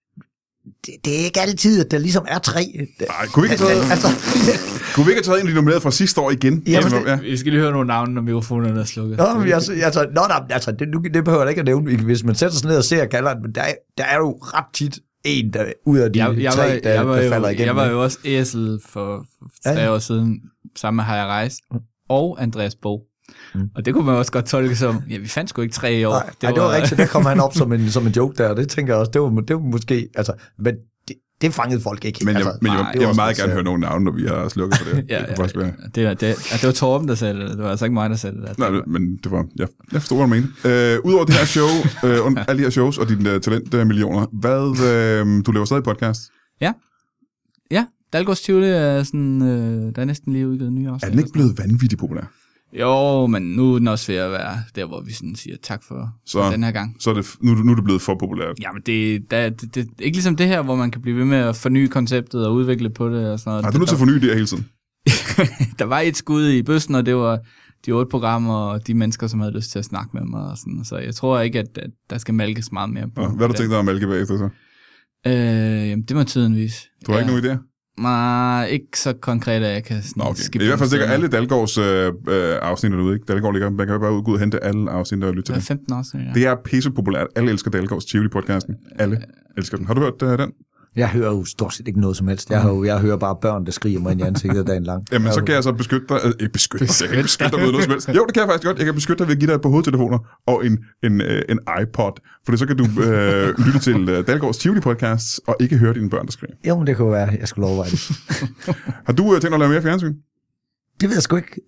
det, det er ikke altid, at der ligesom er tre.
Nej, kunne vi ikke have taget, altså, kunne vi ikke have taget en af de nomineret fra sidste år igen?
Ja, det, ja. Vi skal lige høre nogle navne, når mikrofonerne er slukket.
Nå, men altså, altså, nå, nå, altså det, det behøver jeg ikke at nævne. Hvis man sætter sig ned og ser Gallaen, men der, der er jo ret tit en der, ud af de jeg, jeg tre, var, der, jeg var der falder
jo,
igennem.
Jeg var jo også æsel for, for tre ja. år siden, sammen med Heja Reis og Andreas Bo. Mm. Og det kunne man også godt tolke som, ja, vi fandt sgu ikke tre i år.
Nej, det, nej, var, det var rigtigt, der kom han op som en, som en joke der, og det tænker jeg også, det var, det var måske, altså, men det, det fangede folk ikke.
Men jeg,
altså,
men jeg,
nej,
jeg vil meget gerne høre nogle navne, når vi har slukket for det.
ja, ja, det, det, det, det var Torben, der sagde det, det var altså ikke mig, der sagde det. Der.
Nej, men det var, ja, jeg forstår, hvad du mener. Øh, Udover det her show, øh, alle de her shows og dine uh, talentmillioner, hvad, øh, du laver stadig podcast?
Ja, ja. Dalgårds Tivoli er sådan, øh, der er næsten lige udgivet nye afsnit.
Er den ikke blevet vanvittigt populær?
Jo, men nu er den også ved at være der, hvor vi sådan siger tak for, så, for den her gang.
Så er det, nu, nu er det blevet for populært?
Jamen, det, der, det, det er ikke ligesom det her, hvor man kan blive ved med at forny konceptet og udvikle på det og sådan noget.
Nej, du er nødt til at forny det hele tiden.
Der var et skud i bøssen, og det var de otte programmer og de mennesker, som havde lyst til at snakke med mig. Og sådan. Så jeg tror ikke, at, at der skal malkes meget mere på.
Ja, hvad har du tænkt dig at malke bagefter så?
Øh, jamen, det må tiden vise.
Du har ja. ikke nogen idéer?
Nej, ikke så konkret, at jeg kan sådan
okay. skifte. I hvert fald stikker alle Dalgaards øh, afsnit ud, ikke? Dalgaard ligger, man kan bare ud og hente alle afsnit og lytte til
det. Det er femten afsnit, ja.
Det er pisse populært. Alle elsker Dalgaards Tivoli-podcasten. Alle øh, elsker den. Har du hørt uh, den?
Jeg hører jo stort set ikke noget som helst. Jeg, hører, jeg hører bare børn, der skriger mig ind i ansigtet dagen lang.
Jamen, så kan jeg så beskytte dig. Øh, ikke beskytte dig. Jeg kan beskytte dig med noget som helst. Jo, det kan jeg faktisk godt. Jeg kan beskytte dig ved at give dig et par hovedtelefoner og en, en, øh, en iPod. For så kan du øh, lytte til uh, Dalgaards Tivoli-podcasts og ikke høre dine børn, der skriger.
Jo, men det kunne være. Jeg skulle overveje det.
Har du uh, tænkt at lave mere fjernsyn?
Det ved jeg sgu ikke.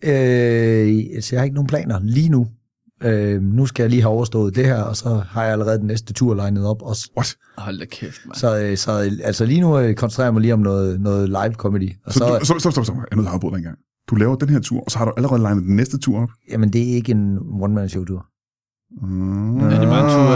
Øh, så jeg har ikke nogen planer lige nu. Øh, nu skal jeg lige have overstået det her, og så har jeg allerede den næste tur legnet op også.
What?
Hold da kæft, mand.
Så, så altså lige nu koncentrerer jeg mig lige om noget, noget live comedy. Og
så, så, du, så, så, så, så, jeg er nødt til at afbryde dig engang. Du laver den her tur, og så har du allerede legnet den næste tur op.
Jamen, det er ikke en one-man-show-tur.
Mm.
Er det bare en tur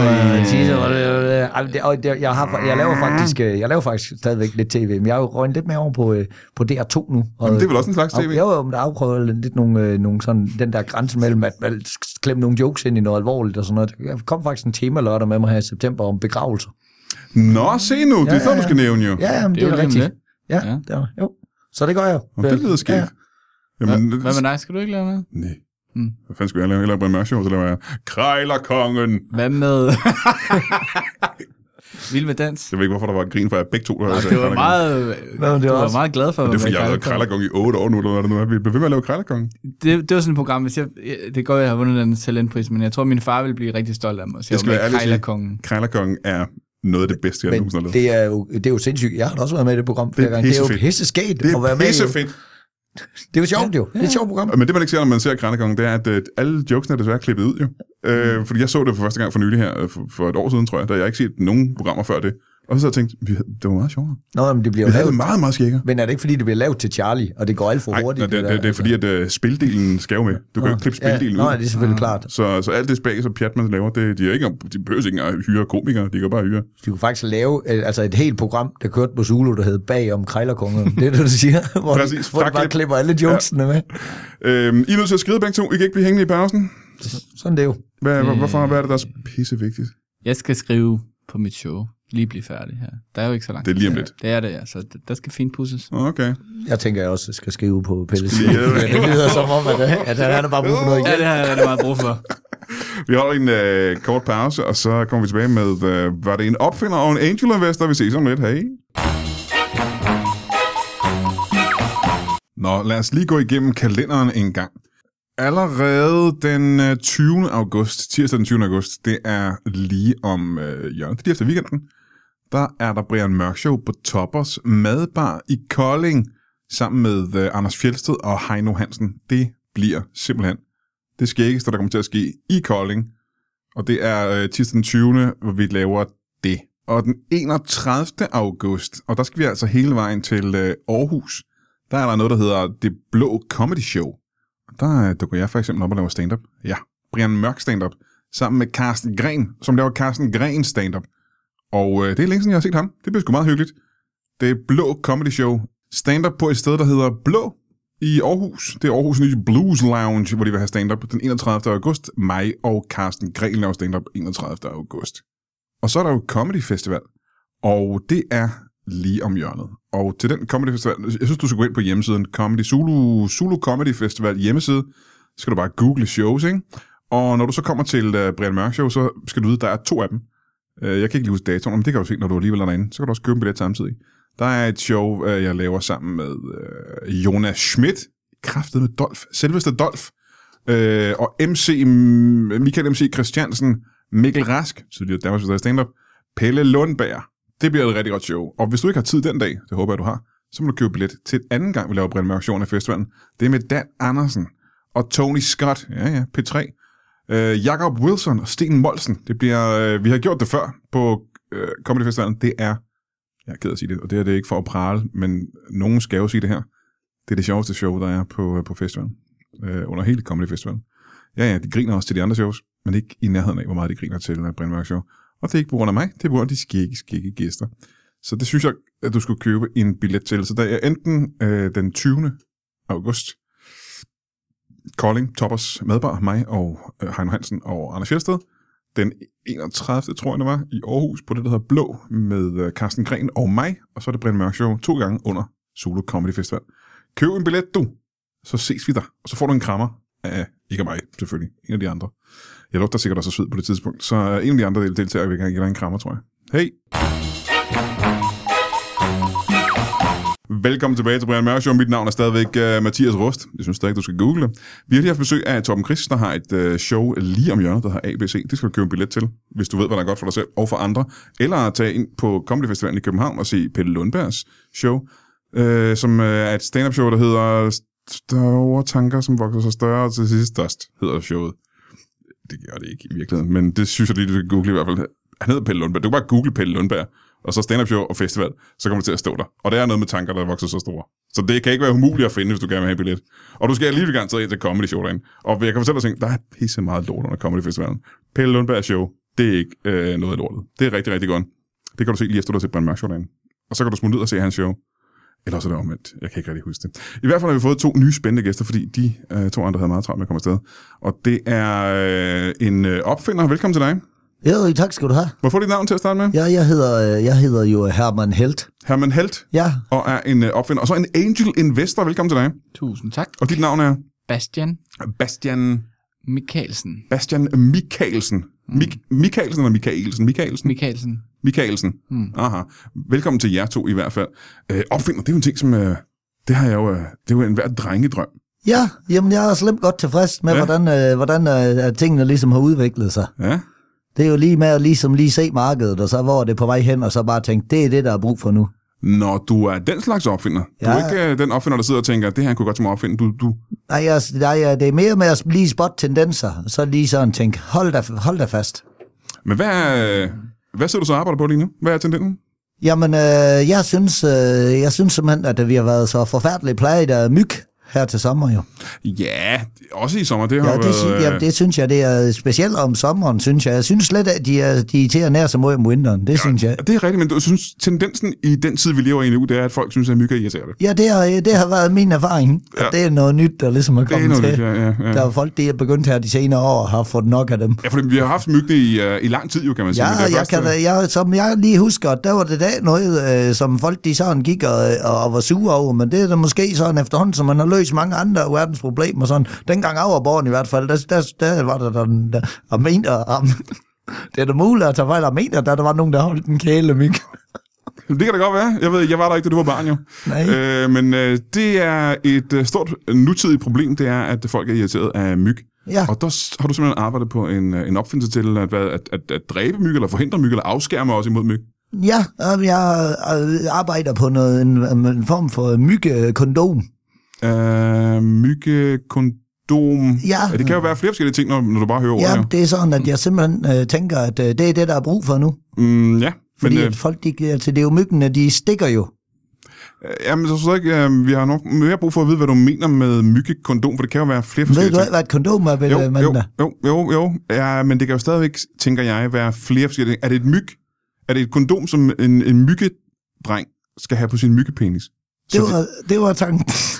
i... Jeg, har, jeg, laver faktisk, jeg laver faktisk stadigvæk lidt tv, men jeg har jo røgnet lidt mere over på, på D R to nu. Og,
Jamen, det er vel også en slags tv?
Jeg har jo afprøvet lidt nogle, nogle sådan, den der grænse mellem at, at klemme nogle jokes ind i noget alvorligt og sådan noget. Jeg kom faktisk en tema lørdag med mig her i september om begravelser.
Nå, se nu, det er ja, så, ja. Du skal nævne jo.
Ja, jamen, det, det er, er rigtigt. Ja, ja. Det er, jo. Så det gør jeg.
Og det lyder skægt. Ja.
Jamen, Hvad med dig? Skal du ikke lave noget?
Nej. Hmm. Hvad fanden skulle jeg lave? Jeg laver Brian Mørk Show, så laver jeg Krejlerkongen.
Hvad med? Vild med dans.
Jeg ved ikke, hvorfor der var et grin for jer begge to. Der
Nej, det var meget,
Nå, det
var,
var
også... meget glad for.
Men det er fordi, jeg har lavet Krejlerkongen i otte år nu, eller hvad det nu er. Vi bliver ved med at lave Krejlerkongen.
Det, det var sådan et program, hvis jeg... Det går, jeg har vundet den talentpris, men jeg tror, min far ville blive rigtig stolt af mig. Så jeg skal være Krejlerkongen.
Krejlerkongen er noget af det bedste, jeg nogensinde har lavet.
Det er jo, det er jo sindssygt. Jeg har også været med i det program flere gange. Det er jo pisseskægt
at være med. Det er pissefedt.
Det er jo sjovt jo. Det er et sjovt program.
Men det man ikke ser, når man ser Krejlerkongen, det er, at uh, alle jokesene er desværre klippet ud jo. Uh, fordi jeg så det for første gang for nylig her, for, for et år siden, tror jeg, da jeg ikke set nogen programmer før det. Og så har jeg tænkt, det var meget sjovere.
Nå, men det bliver
jo
lavet
meget, meget skækkere.
Men er det ikke fordi, det bliver lavet til Charlie, og det går alt for
Ej,
hurtigt?
Nej, det, det, det, det er fordi, at uh, spildelen skal jo med. Du kan jo ikke klippe spildelen
ja,
ud.
Nej, det er selvfølgelig klart.
Så, så alt det spag, så pjat man laver, det, de, er ikke, de behøver ikke at hyre komikere, de kan bare hyre.
De kunne faktisk lave altså et helt program, der kørte på Zulu, der hed Bag om Krejlerkongen. Det er det, du siger. Hvor,
Præcis,
hvor de bare klipper alle jokesene ja. med.
Øhm, I er nødt til at skrive begge to. I kan ikke blive hængende i pausen.
Sådan det er jo.
Hvad, øh, hvorfor? Hvad er det, der er pisse vigtigt?
Jeg skal skrive på mit show. Lige blive færdig her. Der er jo ikke så langt.
Det er lige om lidt.
Det er det, ja. Så der skal fint pusses.
Okay.
Jeg tænker, jeg også skal skrive på Pelles. Det lyder som om, at, at han er bare brug for noget igen.
Ja, det har jeg meget brug for.
Vi holder en øh, kort pause, og så kommer vi tilbage med, øh, var det en opfinder og en angel investor? Vi ses om lidt. Hey. Nå, lad os lige gå igennem kalenderen en gang. Allerede den tyvende august, tirsdag den tyvende august, det er lige om øh, hjørnet, det er efter weekenden, der er der Brian Mørk Show på Toppers Madbar i Kolding, sammen med øh, Anders Fjeldsted og Heino Hansen. Det bliver simpelthen det skæggeste, der kommer til at ske i Kolding, og det er øh, tirsdag den tyvende, hvor vi laver det. Og den enogtredivte august, og der skal vi altså hele vejen til øh, Aarhus, der er der noget, der hedder Det Blå Comedy Show. Der dukker jeg for eksempel op og laver stand-up. Ja, Brian Mørk stand-up. Sammen med Carsten Gren, som laver Carsten Gren stand-up. Og øh, det er længe siden, jeg har set ham. Det bliver sgu meget hyggeligt. Det Blå Comedy Show. Stand-up på et sted, der hedder Blå i Aarhus. Det er Aarhus nye Blues Lounge, hvor de vil have stand-up den enogtredivte august. Mig og Carsten Gren laver stand-up enogtredivte august. Og så er der jo Comedy Festival. Og det er lige om hjørnet. Og til den Comedy Festival, jeg synes, du skal gå ind på hjemmesiden Comedy Zulu, Zulu Comedy Festival hjemmeside, så skal du bare google shows, ikke? Og når du så kommer til uh, Brian Mørk Show, så skal du vide, at der er to af dem. Uh, jeg kan ikke lige huske datoen, men det kan du se, når du alligevel er derinde. Så kan du også købe en billet samtidig. Der er et show, uh, jeg laver sammen med uh, Jonas Schmidt, kraftet med Dolf, selveste Dolf, uh, og M C, Michael M C Christiansen, Mikkel Rask, tidligere Danmarks stand-up, Pelle Lundberg. Det bliver et rigtig godt show. Og hvis du ikke har tid den dag, det håber jeg, du har, så må du købe billet til et anden gang, vi laver Brian Mørk Show af festivalen. Det er med Dan Andersen og Tony Scott, ja ja, P tre, øh, Jacob Wilson og Sten Molsen. Det bliver, øh, vi har gjort det før på øh, Comedy Festivalen. Det er, jeg er ked af at sige det, og det er det ikke for at prale, men nogen skal jo sige det her. Det er det sjoveste show, der er på, på festivalen. Øh, under hele Comedy Festivalen. Ja ja, de griner også til de andre shows, men ikke i nærheden af, hvor meget de griner til uh, Brian Mørk Show. Og det er ikke på grund af mig, det er på grund af de skægge, skægge gæster. Så det synes jeg, at du skulle købe en billet til. Så der er enten øh, den tyvende august, Kolding, Toppers Madbar, mig og øh, Heino Hansen og Anders Fjeldsted. Den enogtredivte tror jeg det var, i Aarhus, på det, der hedder Blå, med øh, Carsten Gren og mig. Og så er det Brian Mørk Show to gange under Zulu Comedy Festival. Køb en billet, du, så ses vi der. Og så får du en krammer af, ikke af mig selvfølgelig, en af de andre. Jeg lugter sikkert også sved på det tidspunkt, så en af de andre deltagere vil gerne give dig en krammer, tror jeg. Hey! Velkommen tilbage til Brian Mørk Show. Mit navn er stadigvæk uh, Mathias Rust. Jeg synes stadig, du skal google det. Vi har lige haft besøg af Torben Chris, der har et uh, show lige om hjørnet, der har A B C. Det skal du købe en billet til, hvis du ved, hvad der er godt for dig selv og for andre. Eller tage ind på Comedy Festivalen i København og se Pelle Lundbergs show, uh, som uh, er et stand-up show, der hedder Større tanker, som vokser sig større og til sidst størst, hedder showet. Det gør det ikke i virkeligheden, men det synes jeg lige, du skal google i hvert fald. Han hedder Pelle Lundberg. Du kan bare google Pelle Lundberg, og så stand-up show og festival, så kommer du til at stå der. Og det er noget med tanker, der vokser så store. Så det kan ikke være umuligt at finde, hvis du gerne vil have en billet. Og du skal alligevel gerne tage ind til Comedy Show derinde. Og jeg kan fortælle dig, at der er pisse meget lort under Comedy Festivalen. Pelle Lundberg Show, det er ikke øh, noget af lortet. Det er rigtig, rigtig godt. Det kan du se lige efter, du har set Brian Mørk Show derinde. Og så kan du smutte ud og se hans show. Eller også er det omvendt. Jeg kan ikke rigtig huske det. I hvert fald har vi fået to nye spændende gæster, fordi de øh, to andre havde meget travlt med at komme afsted. Og det er øh, en øh, opfinder. Velkommen til dig.
Ja, tak skal du have.
Må få dit navn til at starte med?
Ja, jeg hedder, jeg hedder jo Herman Helt.
Herman Helt?
Ja.
Og er en øh, opfinder. Og så en angel investor. Velkommen til dig.
Tusind tak.
Og dit navn er?
Bastian.
Bastian...
Mikkelsen.
Bastian Mikkelsen. Mik- Mikkelsen eller Mikkelsen? Mikkelsen?
Mikkelsen.
Mikkelsen. Mm. Aha. Velkommen til jer to i hvert fald. Øh, opfinder, det er jo en ting, som... Øh, det har jeg jo... Øh, det er jo en hver drengedrøm.
Ja, jamen jeg er slemt godt tilfreds med, ja. hvordan, øh, hvordan øh, tingene ligesom har udviklet sig.
Ja.
Det er jo lige med at ligesom lige se markedet, og så hvor det er på vej hen, og så bare tænke, det er det, der er brug for nu.
Når du er den slags opfinder. Ja. Du er ikke øh, den opfinder, der sidder og tænker, det her kunne godt til mig opfinde. Du, du...
Nej, jeg, nej, det er mere med at lige spotte tendenser, så lige sådan tænke, hold da, hold da fast.
Men hvad, hvad sidder du så og arbejder på lige nu? Hvad er tendensen?
Jamen, øh, jeg, synes, øh, jeg synes simpelthen, at vi har været så forfærdeligt plaget af myg her til sommer jo.
Ja, også i sommer. Det har
ja, det,
været...
ja, det synes jeg, det er specielt om sommeren, synes jeg. Jeg synes slet, at de er, de er til at nære sig mod om vinteren. Det ja, synes jeg.
Det er rigtigt, men du synes, tendensen i den tid, vi lever i nu, det er, at folk synes, at myg er irriterende.
Ja, det har, det har været min erfaring. Ja. At det er noget nyt, der ligesom er kommet til. Nyt, ja, ja, ja. Der er folk, der er begyndt her de senere år, og har fået nok af dem.
Ja, for vi har haft myg i, uh, i lang tid, jo, kan man sige.
Ja, jeg første... kan da, jeg, som jeg lige husker, der var det da noget, øh, som folk de sådan gik og, og, og var sure over, men det er da måske sådan efterhånden, som man har løst mange andre verdens problemer. Sådan. Dengang Auerborgen i hvert fald, der, der, der var der, der, der Armenier, um, det er da muligt at tage fejl af Armenier, der, der var nogen, der holdt en kæle myg.
Det kan da godt være. Jeg ved, jeg var der ikke, da du var barn jo.
Nej.
Øh, men øh, det er et øh, stort nutidigt problem, det er, at folk er irriteret af myg.
Ja.
Og der har du simpelthen arbejdet på en, en opfindelse til at, at, at, at dræbe myg, eller forhindre myg, eller afskærme også imod myg.
Ja, jeg arbejder på noget, en, en form for myggekondom.
Uh, myggekondom.
Ja.
Det kan jo være flere forskellige ting, når, når du bare hører
ja,
ordet.
Ja, det er sådan, at jeg simpelthen uh, tænker, at uh, det er det, der er brug for nu.
Mm, ja.
Fordi
men,
at folk, de, altså, det er jo myggene, de stikker jo.
Jamen, så tror jeg ikke, uh, vi har nok mere brug for at vide, hvad du mener med myggekondom, for det kan jo være flere forskellige ting.
Ved du, hvad et kondom er,
jo,
jo,
jo, jo, jo. Ja, men det kan jo stadigvæk, tænker jeg, være flere forskellige ting. Er det et myg? Er det et kondom, som en, en myggedreng skal have på sin myggepenis?
Det var, det... det var tanken.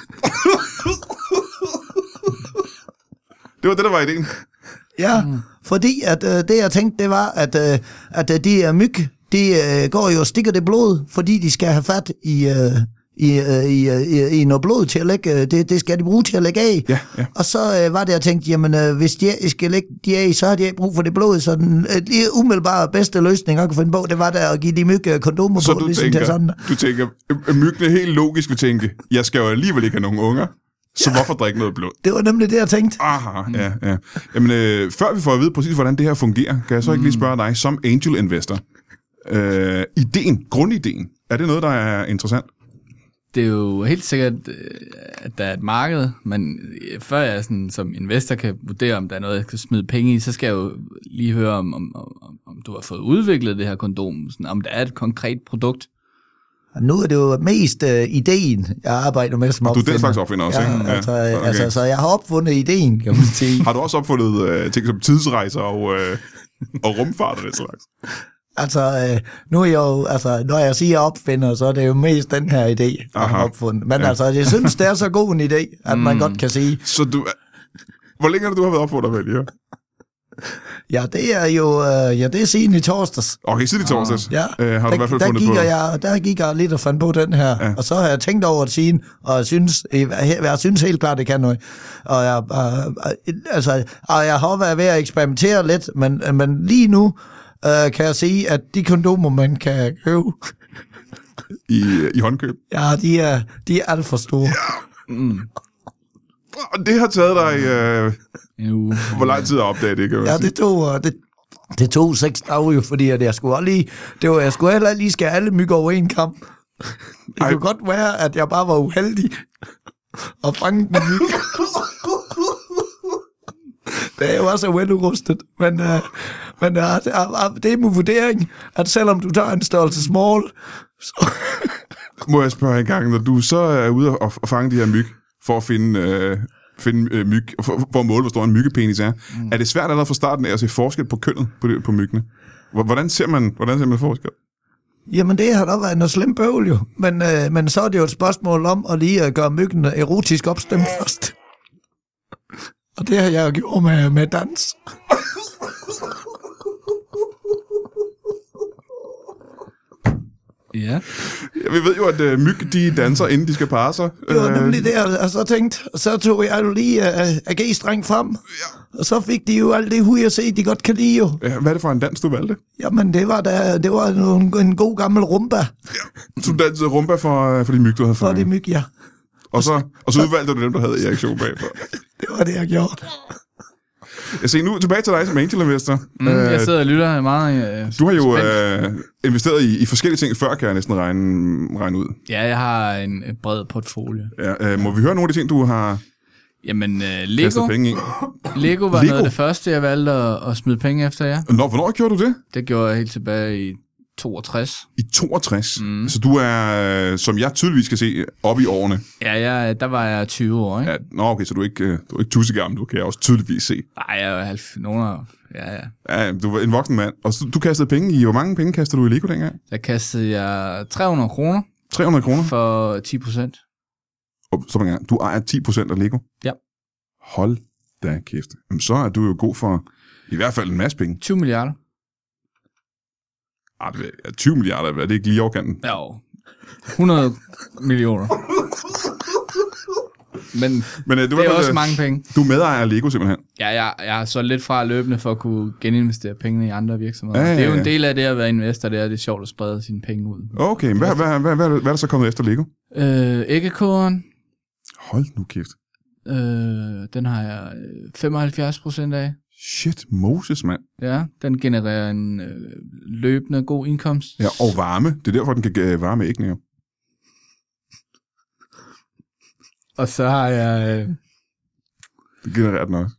Det var det, der var ideen.
Ja, mm. fordi at øh, det, jeg tænkte, det var, at, øh, at øh, de er myg, de øh, går jo og stikker det blod, fordi de skal have fat i, øh, i, øh, i, øh, i noget blod til at lægge, det, det skal de bruge til at lægge af.
Ja, ja.
Og så øh, var det, jeg tænkte, jamen øh, hvis de skal lægge de af, så har de ikke brug for det blod, så den øh, lige umiddelbare bedste løsning, jeg kunne finde på, det var der at give de myg øh, kondomer
så
på.
Du
ligesom
tænker,
til sådan.
du tænker, myggene helt logisk vil tænke, jeg skal jo alligevel ikke have nogen unger. Så ja. Hvorfor drikke noget blod?
Det var nemlig det, jeg tænkte.
Aha, ja, ja. Jamen, øh, før vi får at vide præcis, hvordan det her fungerer, kan jeg så ikke lige spørge dig, som angel investor, øh, ideen, grundideen, er det noget, der er interessant?
Det er jo helt sikkert, at der er et marked, men før jeg sådan, som investor kan vurdere, om der er noget, jeg skal smide penge i, så skal jeg jo lige høre, om, om, om, om du har fået udviklet det her kondom, sådan, om der er et konkret produkt.
Nu er det jo mest uh, ideen, jeg arbejder med som opfinder.
Du er den slags opfinder også,
ja,
ikke?
Altså, ja, okay. altså, så jeg har opfundet ideen, kan man sige.
Har du også opfundet uh, ting som tidsrejser og, uh, og rumfart og det slags?
Altså, øh, nu er jeg jo, altså, når jeg siger opfinder, så er det jo mest den her idé, jeg har opfundet. Men ja. altså, jeg synes, det er så god en idé, at mm. man godt kan sige.
Så du, hvor længe har du har været opfundet, vel? Ja?
Ja, det er jo, øh, ja, det er siden i torsdags.
Okay, siden i torsdags.
Ja,
øh, har du
der,
i hvert fald
der
fundet
gik
på.
Jeg, der gik jeg lidt og fandt på den her, ja. Og så har jeg tænkt over det siden, og jeg synes, jeg, jeg synes helt klart, det kan noget. Og jeg, øh, altså, og jeg har været ved at eksperimentere lidt, men, men lige nu øh, kan jeg sige, at de kondomer, man kan købe
i, i håndkøb.
Ja, de er, de er alt for store.
Ja. Mm. Og det har taget dig øh, hvor lang tid at opdage det, kan man
ja,
sige.
det tog, det, det tog seks dage jo, fordi at jeg skulle lige, det var, jeg skulle heller lige skære alle myg over en kamp. Det Ej. kunne godt være, at jeg bare var uheldig og fange den myg. Det er jo også veludrustet, men, uh, Men ja, det, er, det er min vurdering, at selvom du tager en størrelse small, så...
Må jeg spørge en gang, når du så er ude og, og fange de her myg, for at finde, øh, finde øh, myg, for, for at måle, hvor stor en myggepenis er, mm. er det svært allerede fra starten af at se forskel på kønnet på, på myggene? Hvordan ser man, hvordan ser man forskel?
Jamen, det har da været noget slemt bøvl jo. Men, øh, men så er det jo et spørgsmål om at lige at gøre myggen erotisk opstemt først. Og det har jeg jo gjort med, med dans.
Ja.
ja. Vi ved jo, at uh, myg, de danser, inden de skal parre sig.
Det var nemlig det, jeg så tænkte. Og så tog jeg jo lige uh, A G-streng frem. Ja. Og så fik de jo alt det hud, jeg se, de godt kan lide jo.
Ja, hvad er det for en dans, du valgte?
Jamen, det var, da, det var en, en god gammel rumba.
Ja. Du dansede rumba for, for de myg, du havde
fanget. For de myg, ja.
Og så, og så udvalgte du dem, der havde erektion bagfra.
Det var det, jeg gjorde.
Jeg ser nu tilbage til dig som angel investor.
Mm, jeg sidder og lytter meget øh,
Du har jo øh, investeret i, i forskellige ting før, kan jeg næsten regne, regne ud.
Ja, jeg har en, en bred portfolio.
Ja, øh, må vi høre nogle af de ting, du har
Jamen, øh, Lego.
kastet penge i?
Lego var Lego? noget af det første, jeg valgte at, at smide penge efter, ja.
Nå, hvornår gjorde du det?
Det gjorde jeg helt tilbage i toogtres.
I toogtres? Mm. Så du er, som jeg tydeligvis kan se, oppe i årene?
Ja, ja, der var jeg tyve år, ikke? Ja,
nå, okay, så du er ikke, du er ikke tussegammel, du kan jeg også tydeligvis se.
Nej, jeg er halvfems, nogen af, ja, ja.
Ja, du var en voksen mand. Og så, du kastede penge i, hvor mange penge kastede du i Lego dengang?
Der kastede jeg tre hundrede kroner.
tre hundrede kroner?
For ti procent.
Og så mange gange, du ejer ti procent af Lego?
Ja.
Hold da kæft. Jamen, så er du jo god for i hvert fald en masse penge.
tyve milliarder.
Ah, det er tyve milliarder, er det ikke lige overkanten?
Ja, hundrede millioner. Men, Men uh, du det er også mange penge.
Du er medejer af Lego simpelthen?
Ja, jeg, jeg er så lidt fra løbende for at kunne geninvestere pengene i andre virksomheder. Ja, ja, ja. Det er jo en del af det at være investor, det er, det er sjovt at sprede sine penge ud.
Okay, men hvad, hvad, hvad, hvad, hvad, hvad er der så kommet efter Lego?
Øh, æggekogeren.
Hold nu kæft.
Øh, den har jeg femoghalvfjerds procent af.
Shit, Moses, mand.
Ja, den genererer en øh, løbende god indkomst.
Ja, og varme. Det er derfor, den kan øh, varme æggene jo.
Og så har jeg... Øh...
Det genererer den også.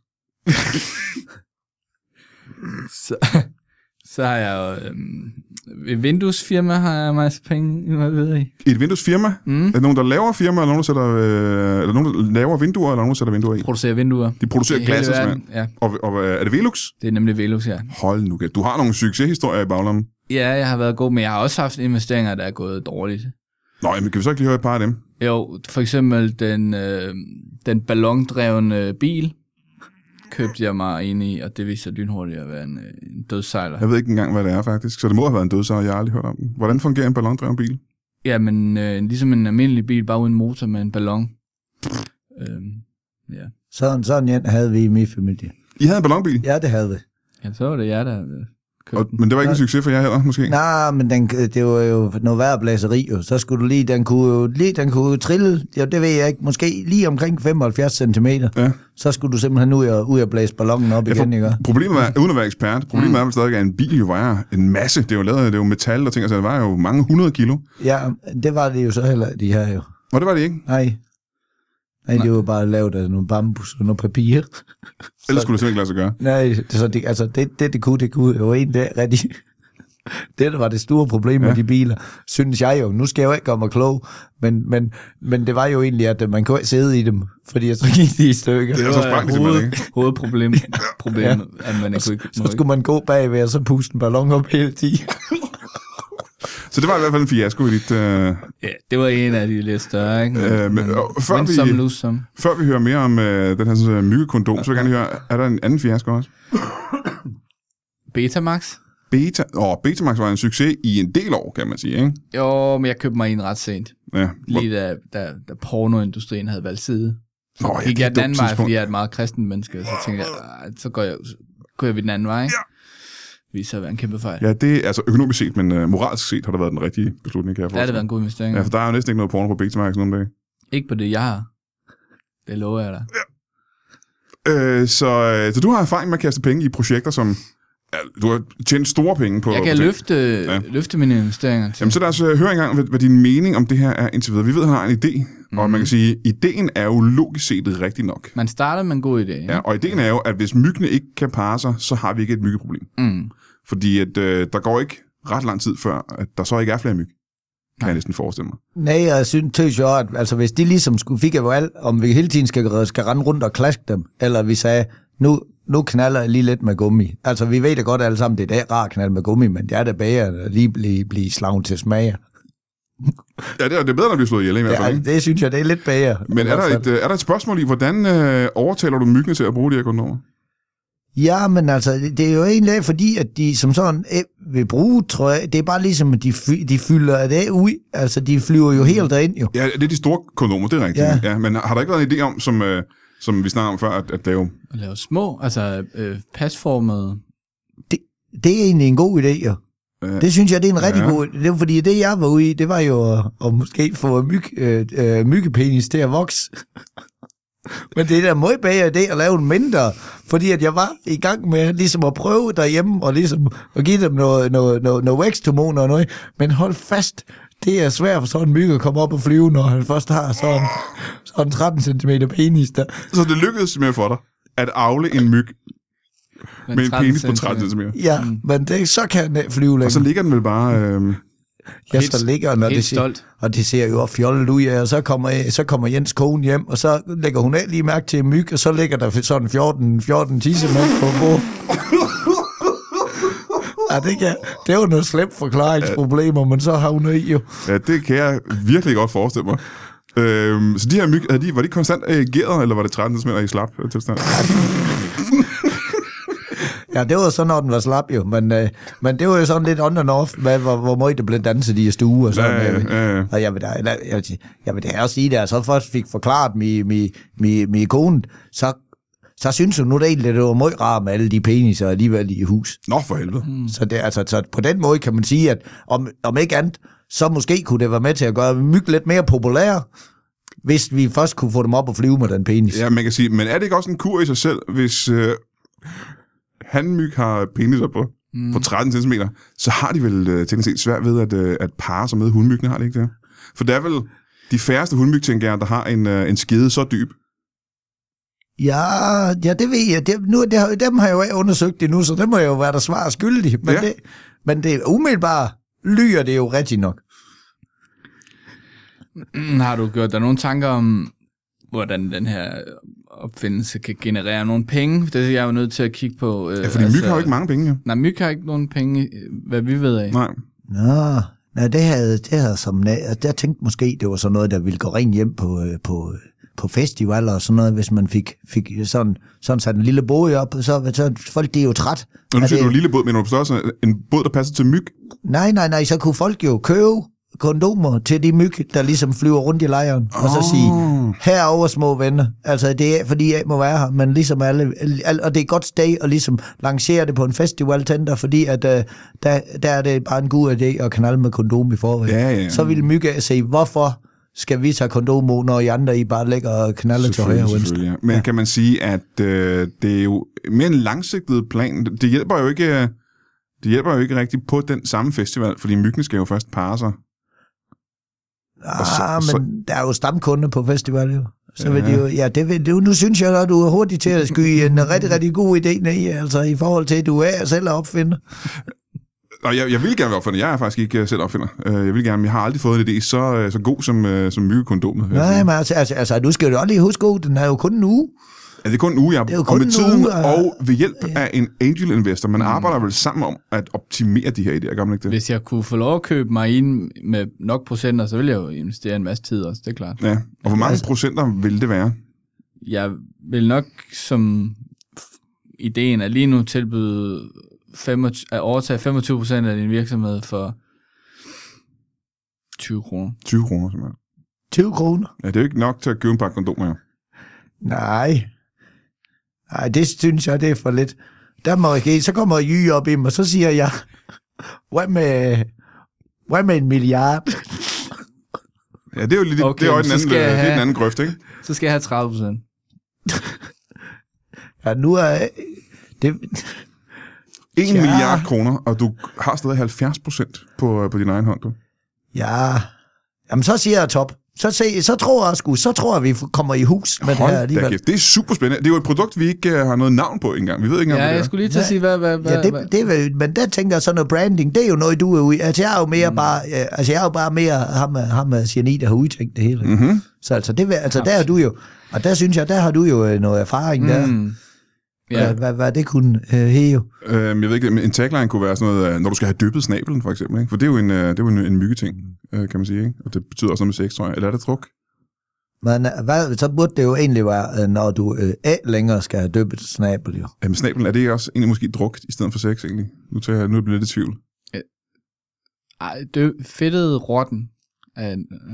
så, så har jeg jo... Øh, et vinduesfirma har jeg masser penge involveret i.
Et vinduesfirma? Mm. Er det nogen, der laver firma, eller nogen, der sætter, øh, eller nogen, der laver vinduer, eller nogen, der sætter vinduer i?
Producerer vinduer.
De producerer glasses, mand.
Ja.
Og, og er det Velux?
Det er nemlig Velux, ja.
Hold nu, du har nogle succeshistorier i baglommen.
Ja, jeg har været god, men jeg har også haft investeringer, der er gået dårligt.
Nå, men kan vi så ikke lige høre et par af dem?
Jo, for eksempel den, øh, den ballondrevne bil købte jeg mig ind i, og det viste sig lynhurtigt at være en, en dødssejler.
Jeg ved ikke engang, hvad det er faktisk, så det må have været en dødssejler, jeg har aldrig hørt om den. Hvordan fungerer en ballondreven bil?
Jamen, øh, ligesom en almindelig bil, bare uden motor med en ballon. øhm, ja.
Sådan, sådan en havde vi i min familie.
I havde en ballonbil?
Ja, det havde vi.
Ja, så var det jeg, der...
Og, men det var ikke en succes for jer heller, måske?
Nej, men den, det var jo noget værre blæseri, jo. Så skulle du lige, den kunne jo lige, den kunne trille, jo, det ved jeg ikke, måske lige omkring femoghalvfjerds centimeter. Ja. Så skulle du simpelthen ud og, ud og blæse ballonen op ja, igen, ikke?
Problemet er, uden at være ekspert, problemet mm. er vel stadig, at en bil jo vejer en masse. Det er jo lavet, det er jo metal og ting, altså det vejer jo mange hundrede kilo.
Ja, det var det jo så heller, de her jo.
Og det var det ikke?
Nej. Nej, det var bare lavet af nogle bambus og nogle papir.
Ellers skulle det simpelthen ikke lade sig gøre.
Nej, det, så det, altså det, det, det kunne, det kunne jo en dag rigtig... Det, der var det store problem med ja. de biler, synes jeg jo. Nu skal jeg jo ikke gøre mig klog, men, men, men det var jo egentlig, at man kunne ikke sidde i dem, fordi så gik de i stykker.
Det er så sprang det hoved, ikke?
Hovedproblem, problem, ja. at man ikke kunne...
Så skulle man gå bagved, og så puste en ballon op hele tiden.
Så det var i hvert fald en fiasko i dit... Uh...
Ja, det var en af de lidt større, ikke?
Uh, men, uh, før, vi, some, lose some. Før vi hører mere om uh, den her sådan, uh, myggekondom, okay. så vil jeg gerne høre, er der en anden fiasko også?
Betamax?
Beta, åh, Betamax var en succes i en del år, kan man sige, ikke?
Jo, men jeg købte mig en ret sent.
Ja.
Lige da, da, da pornoindustrien havde valgt side. Så Nå, gik ja, jeg den anden vej, fordi jeg er et meget kristen menneske, så tænkte jeg, så går jeg, går jeg ved den anden vej, ikke? Ja. Det viser at være en kæmpe fejl.
Ja, det er altså økonomisk set, men uh, moralsk set har det været den rigtige beslutning, kan jeg forstå.
Det har været en god investering.
Ja, for der er jo næsten ikke noget porno på Betamax nogle dage.
Ikke på det, jeg har. Det lover jeg dig.
Ja. Øh, så, så du har erfaring med at kaste penge i projekter, som Ja, du har tjent store penge på...
Jeg kan
på
løfte, ja. løfte mine investeringer. Til.
Jamen, så lad os høre engang, hvad, hvad din mening om det her er indtil videre. Vi ved, at han har en idé, mm. og man kan sige, at ideen er jo logisk set rigtig nok.
Man starter med en god idé. Ja,
ja og ideen er jo, at hvis myggene ikke kan parre sig, så har vi ikke et myggeproblem. Mm. Fordi at, øh, der går ikke ret lang tid før, at der så ikke er flere myg. Kan jeg næsten forestille mig.
Nej, jeg synes jo, at altså, hvis de ligesom skulle fik et valg, om vi hele tiden skal, skal rende rundt og klaske dem, eller vi sagde, nu, nu knaller jeg lige lidt med gummi. Altså, vi ved da godt alle sammen, det er da rart knald med gummi, men det er da bedre at lige blive, blive slagen til smag.
Ja, det er, det er bedre, når vi bliver slået ihjel i hvert fald.
Ja, det synes jeg, det er lidt bedre.
Men er der, et, er der et spørgsmål i, hvordan øh, overtaler du myggene til at bruge de her kondomer?
Ja, men altså, det er jo egentlig fordi, at de som sådan øh, vil bruge, tror jeg, det er bare ligesom, at de, fy, de fylder det ud. Altså, de flyver jo helt derind, jo.
Ja, det er de store kondomer, det er rigtigt. Ja. Ja, men har der ikke været en idé om, som, øh, som vi snakkede om før, at, at lave...
At lave små, altså øh, pasformede...
Det, det er egentlig en god idé, jo. Ja. Det synes jeg, det er en rigtig ja. god idé. Det var fordi, det jeg var ude i, det var jo at, at måske få myg, øh, øh, myggepenis til at vokse. Men det er da meget bedre idé at lave en mindre, fordi at jeg var i gang med ligesom at prøve derhjemme, og ligesom at give dem noget, noget, noget, noget væksthormoner og noget, men hold fast, det er svært for sådan en myg at komme op og flyve, når han først har sådan, sådan tretten centimeter penis der.
Så det lykkedes simpelthen for dig, at avle en myg med en penis på tretten centimeter?
Ja, mm. men det, så kan den flyve længe.
Og så ligger den vel bare... Øh...
Ja, så ligger den, og det, ser, og det ser jo fjollet ud, ja, og så kommer, så kommer Jens kone hjem, og så lægger hun af lige mærke til en myg, og så ligger der sådan fjorten, fjorten tissemænd på bord. Ja, det, kan, det er jo noget slemt forklaringsproblemer, men så har hun i jo.
Ja, det kan jeg virkelig godt forestille mig. Øhm, så de her myg, de, var de konstant reageret, eller var det tretten centimeter i slap tilstand?
Ja, det var så, når den var slap jo, men, øh, men det var jo sådan lidt on and off, hvad, hvor, hvor meget det blev danset i stue og sådan. Ja, ja, ja. Og jeg vil da, jeg, jeg vil da også sige, at jeg så først fik forklaret min, min, min, min kone, så, så synes hun nu det egentlig, det var meget rart med alle de peniser alligevel i hus.
Nå, for helvede.
Mm. Så, det, altså, så på den måde kan man sige, at om, om ikke andet, så måske kunne det være med til at gøre myg lidt mere populære, hvis vi først kunne få dem op og flyve med den penis.
Ja, man kan sige, men er det ikke også en kur i sig selv, hvis... Øh hanmyg har peniser på, mm. på tretten centimeter, så har de vel uh, teknisk set svært ved at, uh, at parre sig med hundmyggene, har det ikke det? For det er vel de færreste hundmyg, tænker jeg, der har en, uh, en skede så dyb.
Ja, ja det ved jeg. Det, nu, det, dem har jeg jo undersøgt det nu, så det må jo være der svar skyldig. Men, ja. det, men det umiddelbart lyder det jo rigtig nok.
Har du gjort dig nogle tanker om, hvordan den her opfindelse kan generere nogle penge? Det er jeg jo nødt til at kigge på.
Øh, ja, fordi altså, myg har jo ikke mange penge, jo.
Nej, myg har ikke nogen penge, hvad vi ved af.
Nej.
Nå, nej, det havde, det havde som... Jeg tænkte måske, det var sådan noget, der ville gå rent hjem på, på, på festivaler og sådan noget, hvis man fik, fik sådan, sådan sat en lille båd op, så, så folk, de er jo træt.
Når du siger, du en lille båd, mener du på størrelse en båd, der passer til myg?
Nej, nej, nej, så kunne folk jo købe kondomer til de myg, der ligesom flyver rundt i lejren, oh. og så sige, herover små venner. Altså, det er, fordi jeg må være her, men ligesom alle, alle og det er et godt sted at ligesom lancere det på en festivaltender, fordi at uh, der, der er det bare en god idé at knalde med kondom i forvejen.
Ja, ja.
Så vil myg se, hvorfor skal vi tage kondom, når I andre I bare lægger og knalder til højre og venstre.
Ja. Men ja. Kan man sige, at øh, det er jo mere en langsigtet plan. Det hjælper jo ikke, det hjælper jo ikke rigtigt på den samme festival, fordi myggene skal jo først parre sig.
Ah, så, men så, der er jo stamkunde på festival, jo. Så ja. Vil de jo, ja, det vil, det, nu synes jeg, at du er hurtigt til at skyde en rigtig, rigtig god idé ned i, altså i forhold til, at du er selv opfinder.
Og jeg, jeg vil gerne være opfinder. Jeg er faktisk ikke selv opfinder. Jeg vil gerne, jeg har aldrig fået en idé så, så god som, som myggekondomet.
Nej, men altså, altså, altså, du skal jo også lige huske, den er jo kun en uge.
Ja, det er kun en uge, ja. Og med tiden uge, og ved hjælp ja. Af en angel investor. Man arbejder vel sammen om at optimere de her idéer, gør man ikke det?
Hvis jeg kunne få lov at købe mig ind med nok procenter, så ville jeg jo investere en masse tid også, det er klart.
Ja, og hvor mange altså, procenter vil det være?
Jeg vil nok som ideen er lige nu tilbyde femogtyve, at overtage femogtyve procent af din virksomhed for tyve kroner.
tyve kroner, simpelthen.
tyve kroner?
Ja, det er jo ikke nok til at købe en pakke kondomer, ja.
Nej. Nej, det synes jeg, det er for lidt. Der må jeg, så kommer Jy op i mig, og så siger jeg, hvad med, hvad med en milliard?
Ja, det er jo lidt, okay, det er jo den anden, have, lidt en anden grøft, ikke?
Så skal jeg have tredive procent.
Ja, nu er det...
En ja. milliard kroner, og du har stadig halvfjerds procent på, på din egen hånd, du.
Ja, jamen så siger jeg top. Så, se, så tror jeg sgu, så tror jeg, vi kommer i hus med Hold det her alligevel.
Det er super spændende. Det er jo et produkt, vi ikke uh, har noget navn på engang. Vi ved ikke engang,
ja,
hvad det er.
Jeg skulle lige til at sige, hvad... hvad,
ja, det,
hvad?
Det, det, men der tænker jeg sådan noget branding, det er jo noget, du er ude. Altså jeg er jo mere mm. bare, altså jeg er jo bare mere ham, ham geni, der har udtænkt det hele. Mm-hmm. Så altså, det, altså der er du jo, og der synes jeg, der har du jo noget erfaring mm. der. Ja. Hvad, hvad, hvad det kunne uh, hæve?
Øhm, jeg ved ikke, en tagline kunne være sådan noget, når du skal have dyppet snabelen, for eksempel. Ikke? For det er jo en, det er jo en, en myggeting, kan man sige. Ikke? Og det betyder også noget med sex, tror jeg. Eller er det druk?
Men hvad, så burde det jo egentlig være, når du øh, af længere skal have dyppet snabel, jo.
Jamen snabelen, er det ikke også egentlig måske druk i stedet for sex, egentlig? Nu tager jeg, nu er jeg lidt i tvivl.
Ej, dø, fedtet rotten. Øh,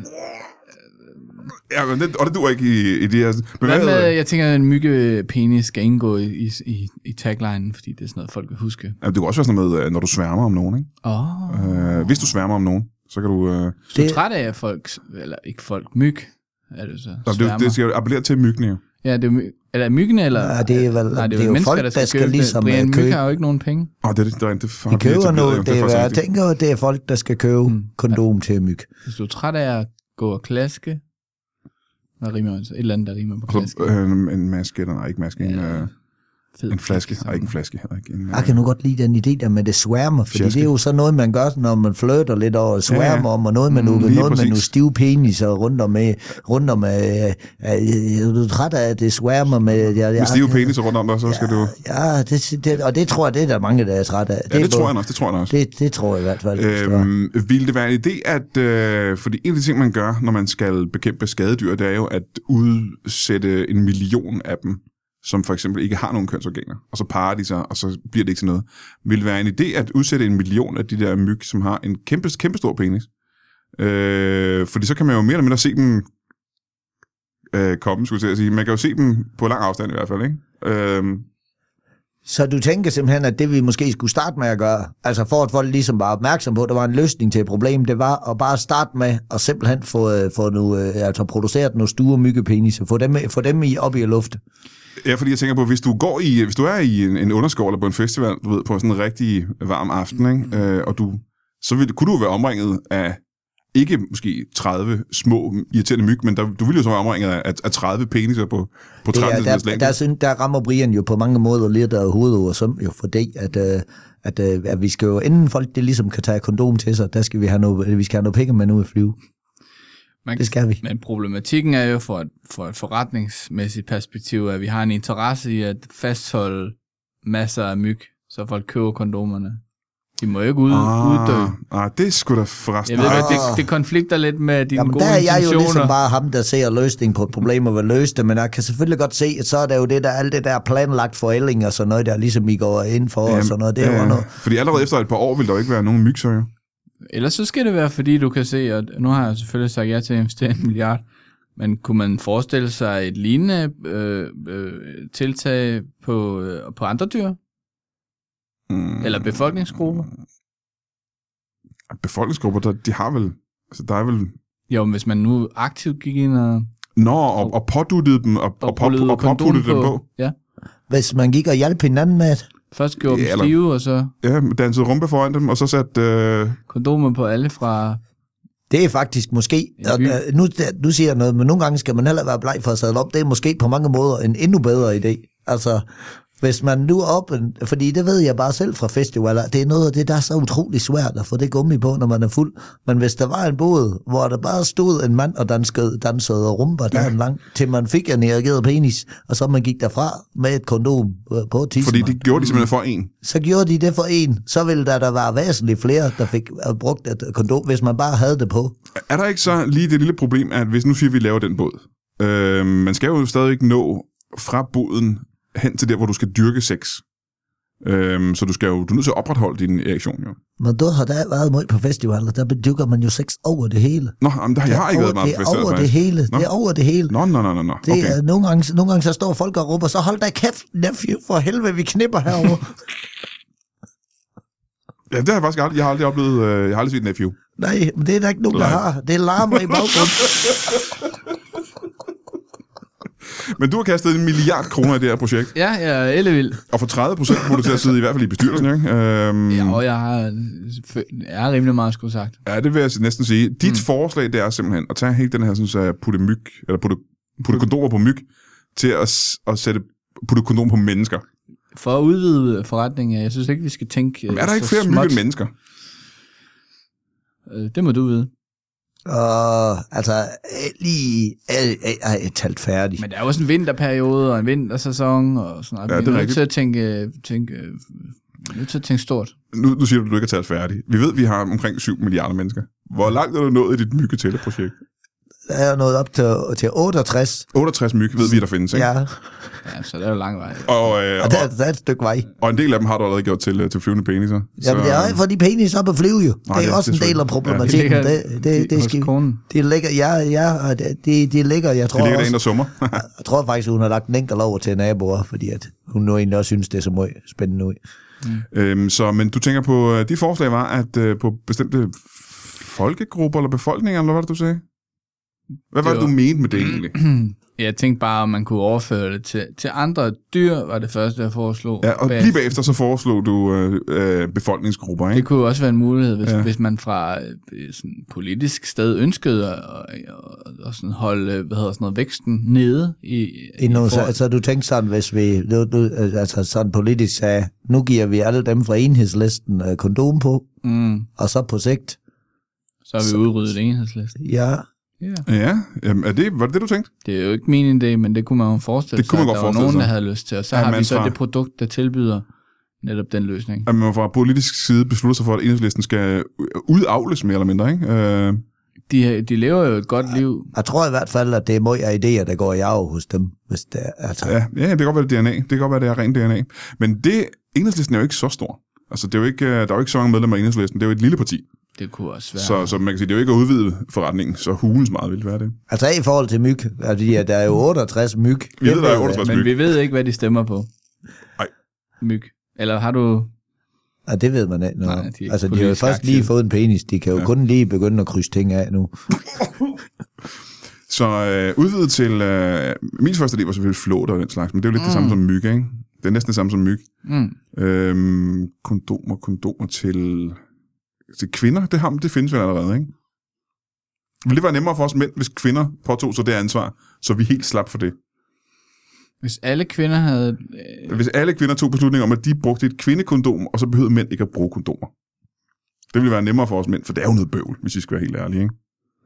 ja, men det, og det duer ikke i, i det her...
Hvad med, jeg tænker, at en myggepenis skal indgå i, i, i taglinen, fordi det er sådan noget, folk vil huske.
Ja, det kan også være sådan noget med, når du sværmer om nogen, ikke?
Oh.
Øh, hvis du sværmer om nogen, så kan du... Øh...
Så du er træt af folk, eller ikke folk, myg, er det så?
Det, det skal jo appellere til myggene, jo.
Ja, det er, my- eller myggene, eller...
Ja, det er, vel,
nej, det er,
det er jo
mennesker,
folk,
der skal,
der skal
købe
ligesom
Brian
købe.
Myg har jo ikke nogen penge.
Åh, oh, det, det, det, det, det
de køber noget, det, det er, jeg tænker, det er folk, der skal købe mm. kondom ja. til myg.
Hvis du er træt af at gå og klaske, hvad rimer altså? Et eller andet, der rimer på klaske.
Så, øh, en maske, eller nej, ikke maske, en... Øh... Fed en flaske, og ikke en flaske. Ikke en,
jeg kan nu godt lide den idé der med det sværmer, fordi flaske. Det er jo så noget, man gør, når man flirter lidt og sværmer ja, ja. om, og noget med, mm, noget, noget med nogle stive peniser rundt om med, rundt om med, øh, du er træt af, at det sværmer med... Jeg, jeg,
med stive peniser rundt om dig, så skal
ja,
du...
Ja, det, det, og det tror jeg, det er der mange, der er træt af.
Ja, det,
det
tror jeg også, det tror jeg også.
Det, det tror jeg i hvert fald.
Øhm, vil det være en idé, at... Øh, fordi en af de ting, man gør, når man skal bekæmpe skadedyr, det er jo at udsætte en million af dem, som for eksempel ikke har nogen kønsorganer, og så parer de sig, og så bliver det ikke til noget. Vil det være en idé at udsætte en million af de der myg, som har en kæmpe, kæmpe stor penis? Øh, fordi så kan man jo mere eller mindre se dem øh, komme, skulle jeg sige. Man kan jo se dem på lang afstand i hvert fald, ikke? Øh,
Så du tænker simpelthen, at det vi måske skulle starte med at gøre, altså for at folk ligesom var opmærksom på, at der var en løsning til et problem, det var at bare starte med at simpelthen få, få nu, altså produceret nogle store myggepeniser, få dem, få dem i, op i luften.
Ja, fordi jeg tænker på, hvis du går i, hvis du er i en, en underskov eller på en festival, du ved, på sådan en rigtig varm aften, ikke? Øh, og du, så vil, kunne du være omringet af ikke måske tredive små irriterende myg, men der, du vil jo så være omringet af, af tredive peniser på, på tredive
ja, der, der, der, der rammer Brian jo på mange måder lidt af hovedet over søm, jo fordi, at, at, at, at vi skal jo, inden folk det ligesom kan tage kondom til sig, der skal vi have noget, vi skal have noget penge med nu i flyve.
Man,
det skal vi.
Men problematikken er jo for et, for et forretningsmæssigt perspektiv, at vi har en interesse i at fastholde masser af myg, så folk køber kondomerne. De må jo ikke ud, ah, uddø.
Ah, det er sgu da forresten.
Jeg ved godt, det, det konflikter lidt med dine
Jamen,
gode
intentioner. Der er jeg
intentioner.
jo ligesom bare ham, der ser løsning på et problem og vil løse det, men jeg kan selvfølgelig godt se, at så er det jo det der, alt det der planlagt forælling og sådan noget, der ligesom I går ind for Jamen, og sådan noget. Det er
ja,
jo noget.
Fordi allerede efter et par år vil der jo ikke være nogen myg, så jo.
Ellers så skal det være, fordi du kan se, og nu har jeg selvfølgelig sagt ja til at investere en milliard, men kunne man forestille sig et lignende øh, øh, tiltag på, øh, på andre dyr? Mm. Eller befolkningsgrupper?
Befolkningsgrupper, der, de har vel... Altså, der er vel...
Jo, men hvis man nu aktivt gik ind og...
Nå, og, og påduttede dem, og, og, og, og påputtede dem på.
Ja.
Hvis man gik og hjalp hinanden med det.
Først gjorde ja, dem stive, og så...
Ja, dansede rumpe foran dem, og så satte... Øh...
kondomer på alle fra...
Det er faktisk måske... Og, nu, nu siger jeg noget, men nogle gange skal man heller være bleg for at sadle op. Det er måske på mange måder en endnu bedre idé. Altså... Hvis man nu op, fordi det ved jeg bare selv fra festivaler, det er noget af det, der er så utrolig svært at få det gummi på, når man er fuld. Men hvis der var en båd, hvor der bare stod en mand og danskede, dansede rumper der ja. lang, til man fik en erigeret penis, og så man gik derfra med et kondom på tidsmål.
Fordi de gjorde de simpelthen for en.
Så gjorde de det for en. Så ville der, der være væsentligt flere, der fik brugt et kondom, hvis man bare havde det på. Er der ikke så lige det lille problem, at hvis nu siger vi laver den båd, øh, man skal jo stadig ikke nå fra båden hen til der, hvor du skal dyrke sex. Øhm, så du skal jo, du er nødt til at opretholde din erektion, jo. Men du har da været med på festivaler, der dyrker man jo sex over det hele.
Nå, men der, jeg har ikke været meget på festivaler.
Det er over det hele, nå. det er over det hele.
Nå, nå, nå, nå, nå.
Det
okay.
er, nogle, gange, nogle gange så står folk og råber, så hold da kæft, nephew, for helvede, vi knipper herovre.
Ja, det har jeg faktisk aldrig, jeg har aldrig oplevet, øh, jeg har aldrig set nephew.
Nej, men det er der ikke nogen, der har. Det larmer i baggrunden.
Men du har kastet en milliard kroner i det her projekt.
Ja, jeg er ellevild.
Og for tredive procent må du til at sidde i hvert fald i bestyrelsen, ikke? Øhm,
ja, og jeg har, jeg har rimelig meget skulle sagt.
Ja, det vil jeg næsten sige. Dit mm. forslag, det er simpelthen at tage hele den her, sådan at putte myg, eller putte, putte kondomer på myg, til at, at sætte, putte kondomer på mennesker.
For at udvide forretningen, jeg synes ikke, vi skal tænke.
Men er der ikke flere myg end mennesker?
Det må du vide.
Og altså, lige er et talt færdigt.
Men der er også en vinterperiode og en vintersæson og sådan noget. Ja, vi er nødt til at tænke, tænke, nødt til at tænke stort.
Nu, nu siger du, at du ikke er talt færdig. Vi ved, at vi har omkring syv milliarder mennesker. Hvor langt er du nået i dit myggetælleprojekt?
Der er nået op til, til otteogtres.
otteogtres myg ved vi, der findes, ikke?
Ja.
Ja, så det er jo lang vej.
Og, øh,
og der, der er et stykke vej.
Og en del af dem har du allerede gjort til, til flyvende peniser.
Ja, men det er for de penis op at flyve jo. Nej, det er ja, også det er en del af problematikken. Ja,
det, det, det, det, skal,
det ligger, ja, ja, det, det ligger, jeg tror
det ligger
også,
der en, der summer.
jeg tror faktisk, hun har lagt en enkelt over til naboer, fordi at hun nu egentlig også synes, det er så meget spændende ud.
Mm. Øhm, så, men du tænker på, de forslag var, at uh, på bestemte folkegrupper eller befolkninger, eller hvad var det, du sagde? Hvad var det, det du mente med det egentlig?
Jeg tænkte bare, om man kunne overføre det til, til andre dyr, var det første, jeg foreslog.
Ja, og lige bagefter så foreslog du øh, øh, befolkningsgrupper, ikke?
Det kunne også være en mulighed, hvis, ja. hvis man fra øh, sådan politisk sted ønskede at, at, at sådan holde hvad hedder sådan noget, væksten nede. I,
i noget, så, altså, du tænkte sådan, hvis vi du, du, altså, sådan politisk sagde, nu giver vi alle dem fra enhedslisten øh, kondom på, mm. og så på sigt.
Så har vi udryddet enhedslisten.
Ja.
Ja, ja. Jamen, er det, var det det, du tænkte?
Det er jo ikke min idé, men det kunne man jo forestille
det kunne
sig,
man
at
godt
der var nogen,
sig.
der havde lyst til. Og så ja, har vi så fra... det produkt, der tilbyder netop den løsning.
At man fra politisk side beslutter sig for, at enhedslisten skal udavles mere eller mindre, ikke? Øh...
De, de lever jo et godt liv.
Jeg tror i hvert fald, at det er mange idéer, der går i arv hos dem. Hvis det er, altså.
ja, ja, det kan godt være, det er D N A. Det kan godt være, det er ren D N A. Men det, enhedslisten er jo ikke så stor. Altså, det er jo ikke, der er jo ikke så mange medlemmer af enhedslisten. Det er jo et lille parti.
Det kunne også være.
Så, så man kan sige, det er jo ikke at udvide forretningen, så hulens meget vil være det.
Altså i forhold til myg, altså, der er jo otteogtres myg.
Vi ved, der er otteogtres myg.
Men vi ved ikke, hvad de stemmer på.
Nej.
Myg. Eller har du...
Ja, det ved man ikke.
Nej, de
altså, de har jo først lige fået en penis. De kan jo ja. kun lige begynde at krydse ting af nu.
Så øh, udvidet til... Øh, min første idé var selvfølgelig flåt og den slags, men det er jo lidt mm. det samme som myg, ikke? Det er næsten det samme som myg. Mm. Øhm, kondomer, kondomer til... til kvinder, det, har, det findes vel allerede, ikke? Vil det være nemmere for os mænd, hvis kvinder påtog sig det ansvar, så vi helt slap for det?
Hvis alle kvinder havde...
Øh... Hvis alle kvinder tog beslutninger om, at de brugte et kvindekondom, og så behøvede mænd ikke at bruge kondomer. Det ville være nemmere for os mænd, for det er jo noget bøvl, hvis I skal være helt ærlige, ikke?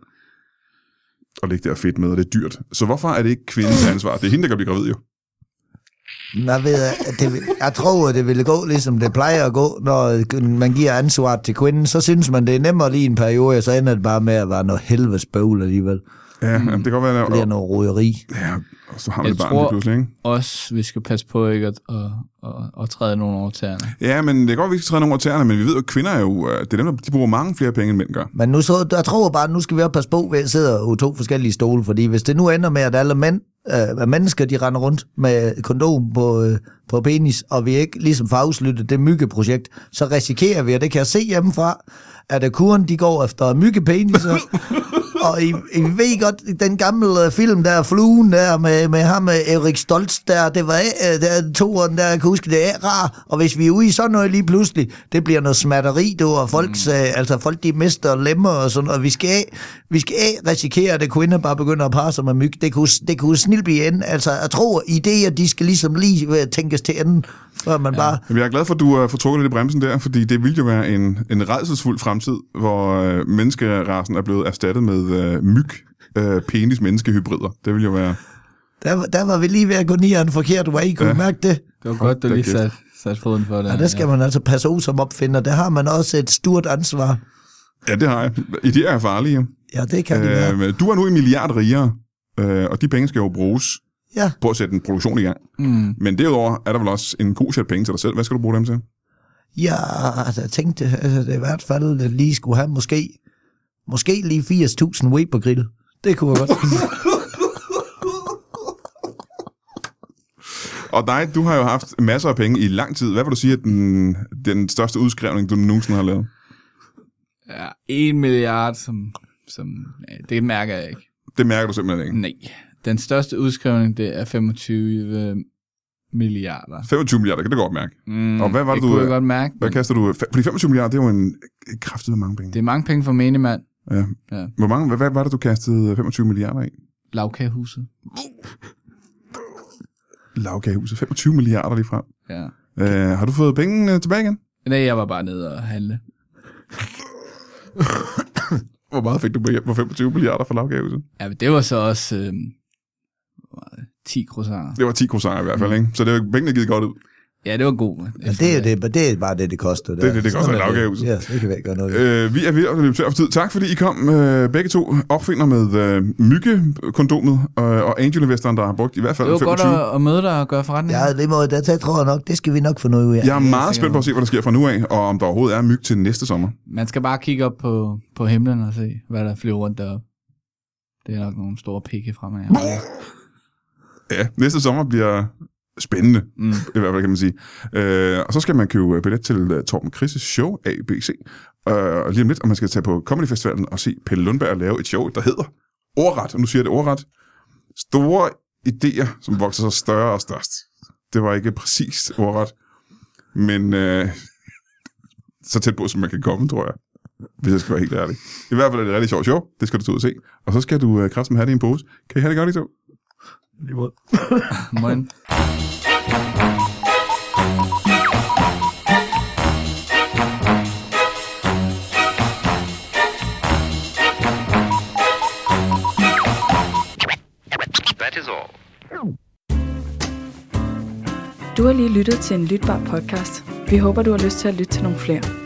Og lægge det her fedt med, og det er dyrt. Så hvorfor er det ikke kvindens ansvar? Det er hende, der kan blive gravid, jo.
Jeg, ved, det, jeg tror, at det ville gå, ligesom det plejer at gå, når man giver ansvaret til kvinden. Så synes man, det er nemmere lige en periode, og så ender det bare med at være noget helvedes bøvl alligevel.
Ja, mm. det kan godt være,
det bliver noget roderi.
Ja, og så har man det barn lige pludselig, ikke?
Også, vi skal passe på ikke at, at, at, at træde nogle over tæerne.
Ja, men det er godt, at vi skal træde nogle over tæerne, men vi ved jo, at kvinder er jo, det er dem, de bruger mange flere penge, end mænd gør.
Men nu så, jeg tror bare, at nu skal vi også passe på, ved at sidde på to forskellige stole, fordi hvis det nu ender med, at alle mænd, øh, mennesker, de render rundt med kondom på, øh, på penis, og vi ikke ligesom får afsluttet det myggeprojekt, så risikerer vi, og det kan jeg se hjemmefra, at der kuren, de går efter myggepeniser. Og I, I ved godt, den gamle film der, Fluen der, med, med ham, Erik Stoltz der, det var der, toeren der, jeg kan huske, det er rar. Og hvis vi er ude i sådan noget lige pludselig, det bliver noget smatteri, du, og folks, mm. altså folk, de mister lemmer og sådan, og vi skal af, vi skal af risikere, at kvinder bare begynder at parre sig med myg. Det kunne, det kunne snilt blive enden. Altså, jeg tror, idéer, de skal ligesom lige tænkes til enden, før man ja. bare...
Jeg er glad for, at du har uh, trukket lidt i bremsen der, fordi det ville jo være en, en rædselsfuld fremtid, hvor uh, menneskerasen er blevet erstattet med uh, myg, uh, penis, menneskehybrider. Det ville jo være...
Der, der var vi lige ved at gå ned af en forkert vej, kunne ja. mærke det?
Det var godt, du lige sat, sat foden for det.
Ja, der skal ja. man altså passe ud som opfinder. Der har man også et stort ansvar.
Ja, det har jeg. Idéer er farlige.
Ja, det kan det være.
Uh, du er nu en milliard rigere, uh, og de penge skal jo bruges
ja.
på at sætte en produktion i gang. Mm. Men derudover er der vel også en god sæt penge til dig selv. Hvad skal du bruge dem til?
Ja, altså jeg tænkte, altså, det er i hvert fald, at lige skulle have måske, måske lige firs tusind Weber grill. Det kunne jeg godt.
Og dig, du har jo haft masser af penge i lang tid. Hvad vil du sige, at den, den største udskrivning, du nogensinde har lavet?
Ja, en milliard, som, som ja, det mærker jeg ikke.
Det mærker du simpelthen ikke?
Nej, Den største udskrivning, det er femogtyve milliarder.
femogtyve milliarder, kan du godt mærke.
Mm, og hvad var det, det du... Det godt mærke.
Hvad kaster du? Fordi femogtyve milliarder, det er jo en kraftigt mange penge.
Det er mange penge for menig mand.
Ja. ja. Hvor mange, hvad, hvad var det, du kastede femogtyve milliarder i?
Lavkagehuset.
Lavkagehuset. femogtyve milliarder lige frem.
Ja.
Øh, har du fået penge tilbage igen?
Nej, jeg var bare nede og handle.
Hvor meget fik du med hjem på femogtyve milliarder for lavkagehuset?
Ja, men det var så også øh, ti croissanter.
Det var ti croissanter i hvert fald, ikke? Så det var pengene givet godt ud.
Ja, det var god.
Ja, det, er det, det er bare det, det koster.
Det er det, det koster i lavkagehuset.
Ja, det kan vi ikke gøre noget.
Øh, vi er ved at løbe tør for tid. Tak fordi I kom øh, begge to. Opfinder med øh, myggekondomet øh, og Angel-investoren, der har brugt i hvert fald femogtyve.
Det var femogtyve. Godt at møde dig og gøre forretning.
Ja, det må det jeg tror nok. Det skal vi nok få noget ud af.
Jeg er meget spændt på at se, hvad der sker fra nu af, og om der overhovedet er myg til næste sommer.
Man skal bare kigge op på, på himlen og se, hvad der flyver rundt deroppe. Det er nok nogle store pikke fremad.
Ja, næste sommer bliver spændende, mm. i hvert fald kan man sige. Øh, og så skal man købe billet til uh, Torben Chris' show, A B C. Uh, og lige om lidt, og man skal tage på Comedy Festivalen og se Pelle Lundberg lave et show, der hedder Ordret. Og nu siger jeg det ordret. Store idéer, som vokser sig større og størst. Det var ikke præcis ordret, men uh, så tæt på, som man kan komme, tror jeg. Hvis jeg skal være helt ærlig. I hvert fald er det et rigtig sjovt show. Det skal du tage ud og se. Og så skal du uh, kraften have det i en pose. Kan I have det godt, I to?
Lige måde.
Morgen.
That is all.
Du har lige lyttet til en lytbar podcast. Vi håber, du har lyst til at lytte til nogle flere.